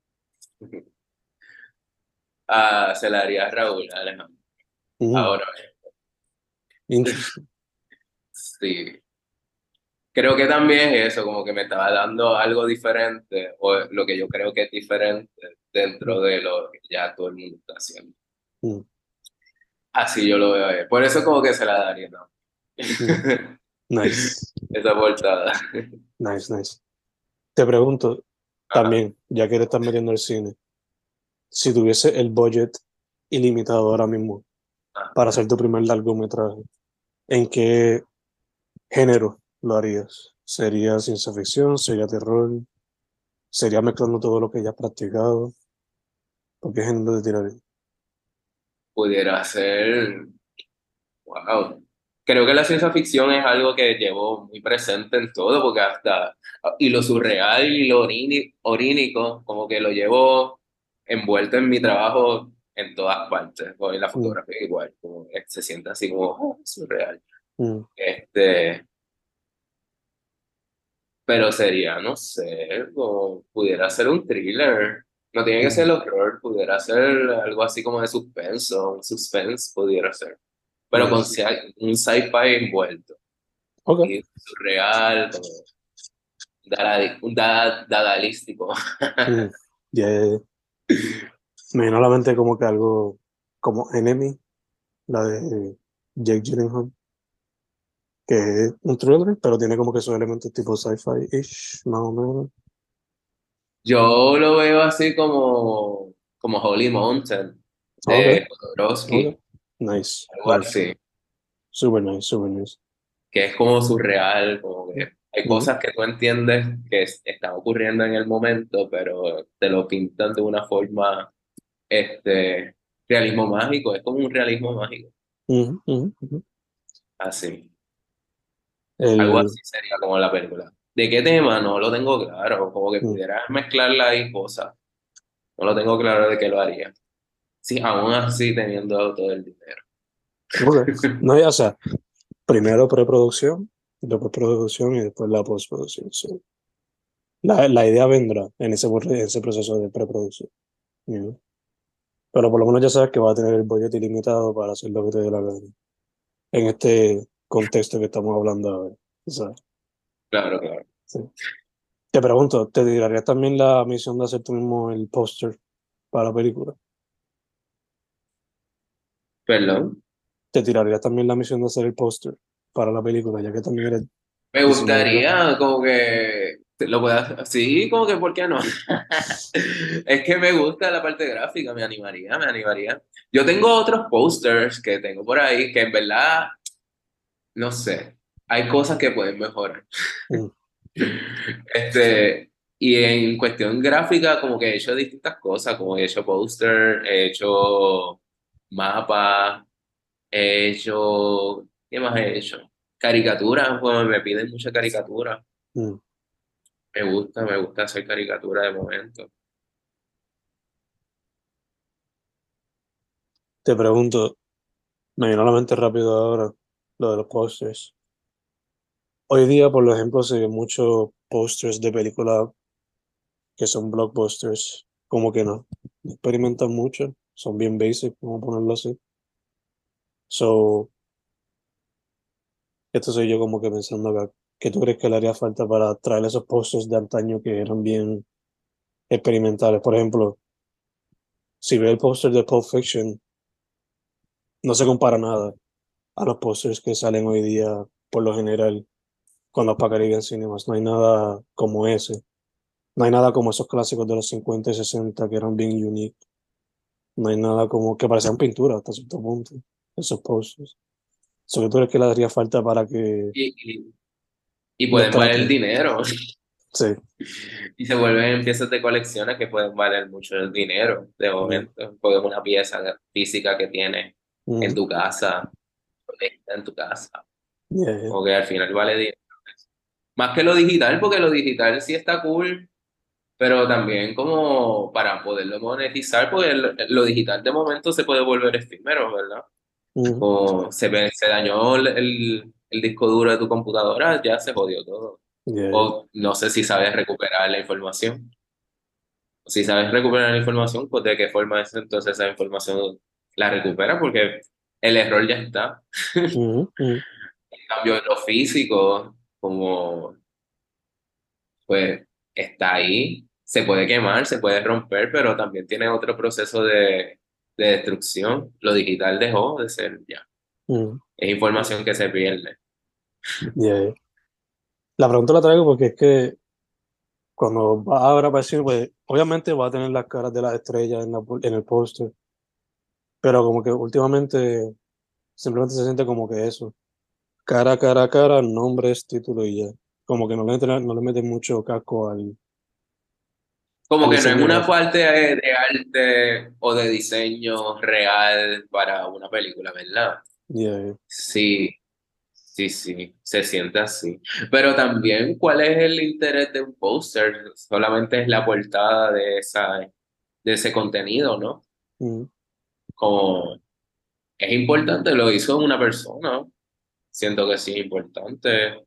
Speaker 2: ah, se la haría a Raúl Alejandro.
Speaker 3: Mm.
Speaker 2: Ahora,
Speaker 3: Interesting.
Speaker 2: sí. Creo que también es eso, como que me estaba dando algo diferente, o lo que yo creo que es diferente dentro
Speaker 3: Mm.
Speaker 2: de lo que ya todo el mundo está haciendo.
Speaker 3: Mm.
Speaker 2: Así yo lo veo a él. Por eso como que se la daría, ¿no?
Speaker 3: Mm. Nice,
Speaker 2: Esa portada.
Speaker 3: nice, nice. Te pregunto
Speaker 2: Ajá.
Speaker 3: también, ya que te estás metiendo al cine, si tuviese el budget ilimitado ahora mismo para
Speaker 2: Ajá.
Speaker 3: hacer tu primer largometraje, ¿en qué género lo harías? ¿Sería ciencia ficción? ¿Sería terror? ¿Sería mezclando todo lo que ya has practicado? ¿Por qué género te tiraría?
Speaker 2: Pudiera ser, wow. Creo que la ciencia ficción es algo que llevo muy presente en todo, porque hasta, y lo surreal y lo orini- orínico, como que lo llevo envuelto en mi trabajo en todas partes, o en la
Speaker 3: Mm.
Speaker 2: fotografía igual, como que se siente así como oh, surreal.
Speaker 3: Mm.
Speaker 2: Este, pero sería, no sé, como pudiera ser un thriller, no tiene que
Speaker 3: Mm.
Speaker 2: ser horror, pudiera ser algo así como de suspenso, un suspense pudiera ser, pero con
Speaker 3: Nice.
Speaker 2: sci- un sci-fi envuelto.
Speaker 3: Ok.
Speaker 2: Y surreal, como dada- un dada- dadaístico.
Speaker 3: Mm. Ya, ya, ya. Me vino a la mente como que algo como Enemy, la de Jake Gyllenhaal, que es un thriller, pero tiene como que esos elementos tipo sci-fi-ish, más o menos.
Speaker 2: Yo lo veo así como, como Holy Mountain
Speaker 3: Ok,
Speaker 2: de
Speaker 3: ok.
Speaker 2: Jodorowsky,
Speaker 3: Nice,
Speaker 2: algo
Speaker 3: nice.
Speaker 2: así,
Speaker 3: Super nice, super nice.
Speaker 2: que es como surreal, como que hay
Speaker 3: Mm.
Speaker 2: cosas que tú entiendes que es- están ocurriendo en el momento, pero te lo pintan de una forma, este, realismo mágico, es como un realismo mágico,
Speaker 3: Mm, mm, mm.
Speaker 2: así. Algo
Speaker 3: El,
Speaker 2: así sería como la película. ¿De qué tema? No lo tengo claro, como que
Speaker 3: mm,
Speaker 2: pudiera mezclarla ahí cosas. No lo tengo claro de qué lo haría. Sí, aún así teniendo todo el dinero.
Speaker 3: ok. No, ya, o sea, primero preproducción, después producción y después la postproducción. So, la, la idea vendrá en ese, en ese proceso de preproducción. You Pero por lo menos ya sabes que va a tener el budget ilimitado para hacer lo que te dé la gana. En este contexto que estamos hablando ahora. ¿Sabes?
Speaker 2: Claro, claro.
Speaker 3: Sí. Te pregunto, ¿te tirarías también la misión de hacer tú mismo el póster para la película?
Speaker 2: Perdón.
Speaker 3: ¿Te tirarías también la misión de hacer el póster para la película, ya que también eres
Speaker 2: Me
Speaker 3: diseñador gráfico?
Speaker 2: gustaría como que lo pueda, sí, como que ¿por qué no? Es que me gusta la parte gráfica, me animaría, me animaría. Yo tengo otros posters que tengo por ahí que en verdad, no sé, hay cosas que pueden mejorar.
Speaker 3: Mm,
Speaker 2: Este, y en cuestión gráfica, como que he hecho distintas cosas, como he hecho póster, he hecho mapas, he hecho, ¿qué más he hecho? Caricaturas, pues me piden mucha caricatura.
Speaker 3: mm.
Speaker 2: Me gusta, me gusta hacer caricatura de momento.
Speaker 3: Te pregunto, me vino a la mente rápido ahora lo de los posters. Hoy día, por ejemplo, se ven muchos posters de películas que son blockbusters, como que no, no experimentan mucho, son bien basic, vamos a ponerlo así. So, esto soy yo como que pensando acá, ¿qué tú crees que le haría falta para traer esos posters de antaño que eran bien experimentales? Por ejemplo, si ves el póster de Pulp Fiction, no se compara nada a los pósters que salen hoy día, por lo general, con los Caribbean Cinemas. No hay nada como ese. No hay nada como esos clásicos de los cincuenta y sesenta que eran bien unique. No hay nada como que parecían pintura hasta cierto punto, esos posters. Sobre todo es que le daría falta para que
Speaker 2: Y, y, y
Speaker 3: los
Speaker 2: pueden valer
Speaker 3: traten.
Speaker 2: dinero.
Speaker 3: Sí,
Speaker 2: Y se vuelven piezas de colecciones que pueden valer mucho el dinero de
Speaker 3: yeah.
Speaker 2: momento. Porque es una pieza física que tienes en
Speaker 3: Mm,
Speaker 2: tu casa, en tu casa.
Speaker 3: yeah, yeah.
Speaker 2: O que al final vale dinero. Más que lo digital, porque lo digital sí está cool, pero también como para poderlo monetizar, porque el- lo digital de momento se puede volver efímero, ¿verdad?
Speaker 3: Mm,
Speaker 2: O se, ve- se dañó el, el el disco duro de tu computadora, ya se jodió todo.
Speaker 3: yeah, yeah.
Speaker 2: O no sé si sabes recuperar la información. Si sabes recuperar la información, pues de qué forma es entonces esa información la recupera, porque el error ya está.
Speaker 3: Mm, mm,
Speaker 2: En cambio, en lo físico, como pues está ahí, se puede quemar, se puede romper, pero también tiene otro proceso de, de destrucción. Lo digital dejó de ser ya.
Speaker 3: mm,
Speaker 2: Es información que se pierde.
Speaker 3: yeah, yeah. La pregunta la traigo porque es que cuando va a grabar cine, pues obviamente va a tener las caras de las estrellas en, la, en el póster, pero como que últimamente simplemente se siente como que eso, cara, cara, cara, nombres, título y ya. Como que no le, meten- no le meten mucho casco al, al
Speaker 2: Como que no es
Speaker 3: diseño
Speaker 2: una
Speaker 3: gráfico.
Speaker 2: parte de, de arte o de diseño real para una película, ¿verdad?
Speaker 3: Yeah, yeah.
Speaker 2: Sí, sí, sí, se siente así. Pero también, ¿cuál es el interés de un póster? Solamente es la portada de esa, de ese contenido, ¿no?
Speaker 3: Mm.
Speaker 2: Como es importante, lo hizo una persona. Siento que sí es importante.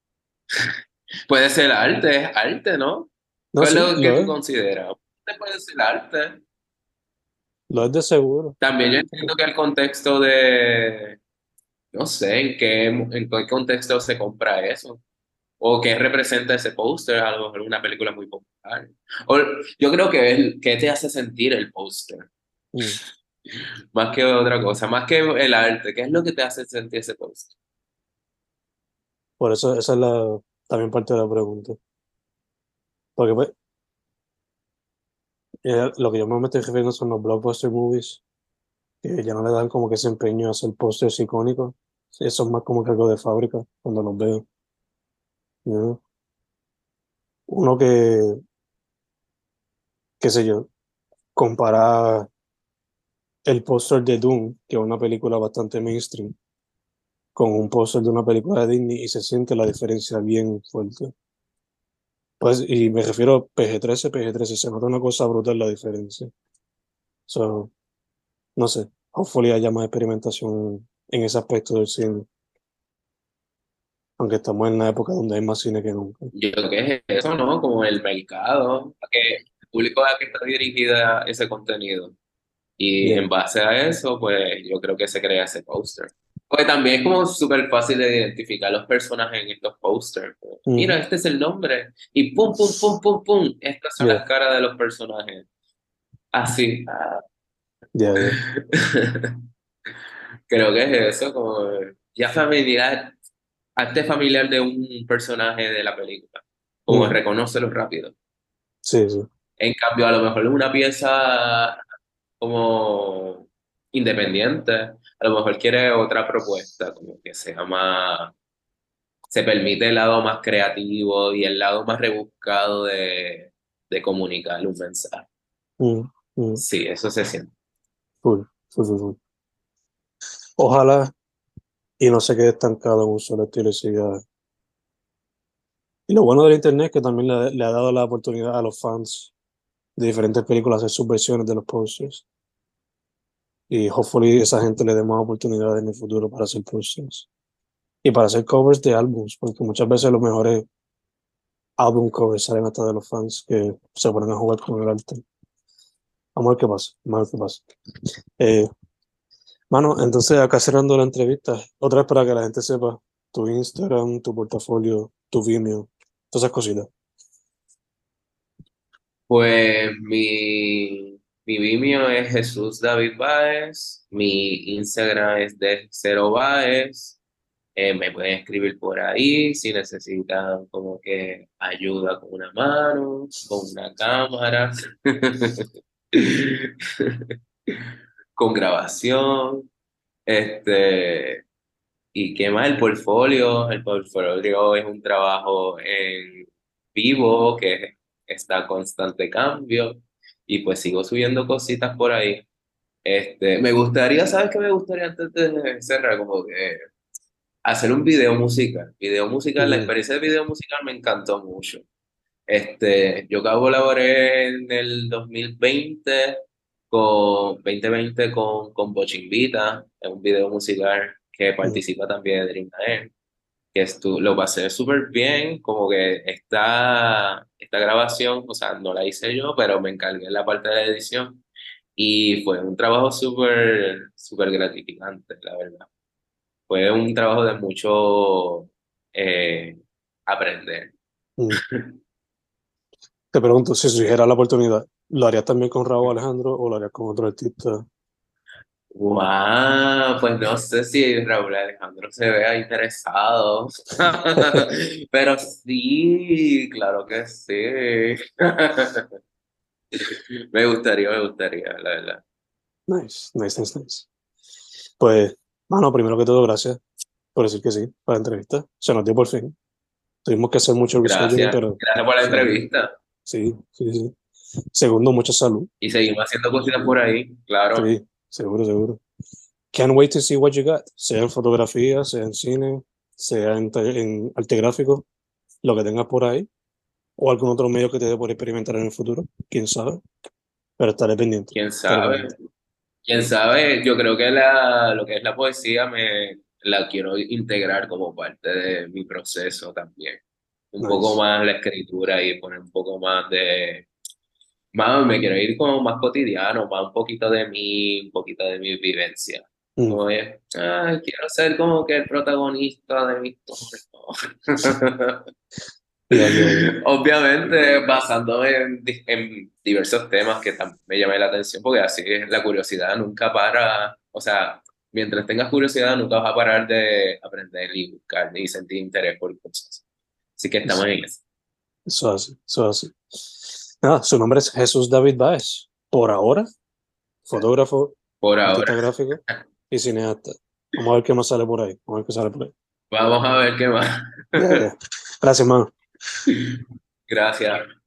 Speaker 2: Puede ser arte, es arte, ¿no?
Speaker 3: No,
Speaker 2: ¿Qué es
Speaker 3: sí,
Speaker 2: lo que
Speaker 3: lo
Speaker 2: tú
Speaker 3: es,
Speaker 2: consideras? Puede ser arte.
Speaker 3: lo es de seguro.
Speaker 2: También yo entiendo que el contexto de, no sé, en qué, en qué contexto se compra eso. O qué representa ese póster, a lo mejor una película muy popular. O yo creo que es qué te hace sentir el póster,
Speaker 3: Mm.
Speaker 2: más que otra cosa, más que el arte, ¿qué es lo que te hace sentir ese póster?
Speaker 3: Por eso esa es la, también parte de la pregunta. Porque pues, eh, lo que yo más me estoy refiriendo son los blockbuster movies, que ya no le dan como que ese empeño a hacer pósters icónicos. Sí, eso es más como que algo de fábrica cuando los veo. ¿No? Uno que, qué sé yo, compara el póster de Doom, que es una película bastante mainstream, con un póster de una película de Disney y se siente la diferencia bien fuerte. Pues, y me refiero a P G trece, P G trece, se nota una cosa brutal la diferencia. So, no sé, hopefully haya más experimentación en ese aspecto del cine, aunque estamos en la época donde hay más cine que nunca.
Speaker 2: Yo creo que es eso, ¿no? Como el mercado, a que el público a que está dirigida ese contenido. Y
Speaker 3: Yeah.
Speaker 2: en base a eso, pues yo creo que se crea ese póster. Porque también es como súper fácil de identificar los personajes en estos pósters. Mira,
Speaker 3: Ujú.
Speaker 2: este es el nombre. Y pum, pum, pum, pum, pum. Estas son
Speaker 3: Yeah,
Speaker 2: las caras de los personajes. Así.
Speaker 3: yeah, yeah.
Speaker 2: Creo que es eso, como ya familiar, arte familiar de un personaje de la película. Como
Speaker 3: Ujú.
Speaker 2: reconócelo rápido.
Speaker 3: Sí, sí.
Speaker 2: En cambio, a lo mejor una pieza como independiente, a lo mejor quiere otra propuesta, como que sea más, se permite el lado más creativo y el lado más rebuscado de, de comunicar un mensaje.
Speaker 3: Ujú, ujú.
Speaker 2: Sí, eso se siente.
Speaker 3: Full, full, full, full. Ojalá y no se quede estancado en un solo estilo y siga. Y lo bueno del internet es que también le, le ha dado la oportunidad a los fans de diferentes películas hacer sus versiones de los posters. y hopefully esa gente le dé más oportunidades en el futuro para hacer producciones y para hacer covers de álbums, porque muchas veces los mejores álbum covers salen hasta de los fans que se ponen a jugar con el arte. Vamos a ver qué pasa, vamos a ver qué pasa. Eh, mano, entonces acá cerrando la entrevista, otra vez para que la gente sepa tu Instagram, tu portafolio, tu Vimeo, todas esas cositas.
Speaker 2: Pues mi, mi Vimeo es Jesús David Báez, mi Instagram es de Cero Báez. Eh, me pueden escribir por ahí si necesitan como que ayuda con una mano, con una cámara, con grabación. Este, ¿y qué más? El portfolio. El portfolio es un trabajo en vivo que está en constante cambio y pues sigo subiendo cositas por ahí. Este, me gustaría, ¿sabes qué me gustaría antes de cerrar? Como que hacer un video musical. Video musical, la
Speaker 3: Mm,
Speaker 2: experiencia de video musical me encantó mucho. Este, yo colaboré en el dos mil veinte con dos mil veinte con, con Bochimbita, en un video musical que
Speaker 3: mm,
Speaker 2: participa también Dream Nael, que estu lo pasé súper bien, como que esta, esta grabación, o sea, no la hice yo, pero me encargué en la parte de la edición y fue un trabajo súper, súper gratificante, la verdad. Fue un trabajo de mucho eh, aprender.
Speaker 3: mm. Te pregunto, si surgiera la oportunidad, ¿lo harías también con Raúl Alejandro o lo harías con otro artista?
Speaker 2: Wow, pues no sé si Raúl Alejandro se vea interesado, pero sí, claro que sí. Me gustaría, me gustaría, la verdad.
Speaker 3: Nice, nice, nice, nice. Pues, mano, primero que todo, gracias por decir que sí para la entrevista. Se nos dio por fin. Tuvimos que hacer mucho rescheduling,
Speaker 2: Gracias,
Speaker 3: pero
Speaker 2: gracias por la
Speaker 3: se nos dio.
Speaker 2: entrevista.
Speaker 3: Sí, sí, sí. Segundo, mucha salud.
Speaker 2: Y seguimos haciendo cositas por ahí, claro.
Speaker 3: Sí, seguro, seguro. Can't wait to see what you got. Sea en fotografía, sea en cine, sea en, ta- en arte gráfico, lo que tengas por ahí, o algún otro medio que te dé por experimentar en el futuro. Quién sabe. Pero estaré pendiente.
Speaker 2: ¿Quién
Speaker 3: Estaré
Speaker 2: sabe?
Speaker 3: pendiente.
Speaker 2: ¿Quién sabe? Yo creo que la, lo que es la poesía me la quiero integrar como parte de mi proceso también. Un poco
Speaker 3: Nice.
Speaker 2: más la escritura y poner un poco más de... Más, me quiero ir como más cotidiano, más un poquito de mí, un poquito de mi vivencia.
Speaker 3: Mm.
Speaker 2: Como es, "Ay, quiero ser como que el protagonista de mi historia".
Speaker 3: Yeah, yeah, yeah.
Speaker 2: Obviamente, basándome en, di- en diversos temas que también me llaman la atención, porque así es, la curiosidad nunca para, o sea, mientras tengas curiosidad nunca vas a parar de aprender y buscar y sentir interés por cosas. Así que estamos
Speaker 3: Eso,
Speaker 2: en eso.
Speaker 3: eso es así, eso es así. Nada, su nombre es Jesús David Báez. Por ahora, fotógrafo,
Speaker 2: Por ahora,
Speaker 3: artista gráfico y cineasta. Vamos a ver qué más sale por ahí. Vamos a ver qué sale por ahí.
Speaker 2: vamos a ver qué más.
Speaker 3: Yeah, yeah. Gracias, mano.
Speaker 2: Gracias.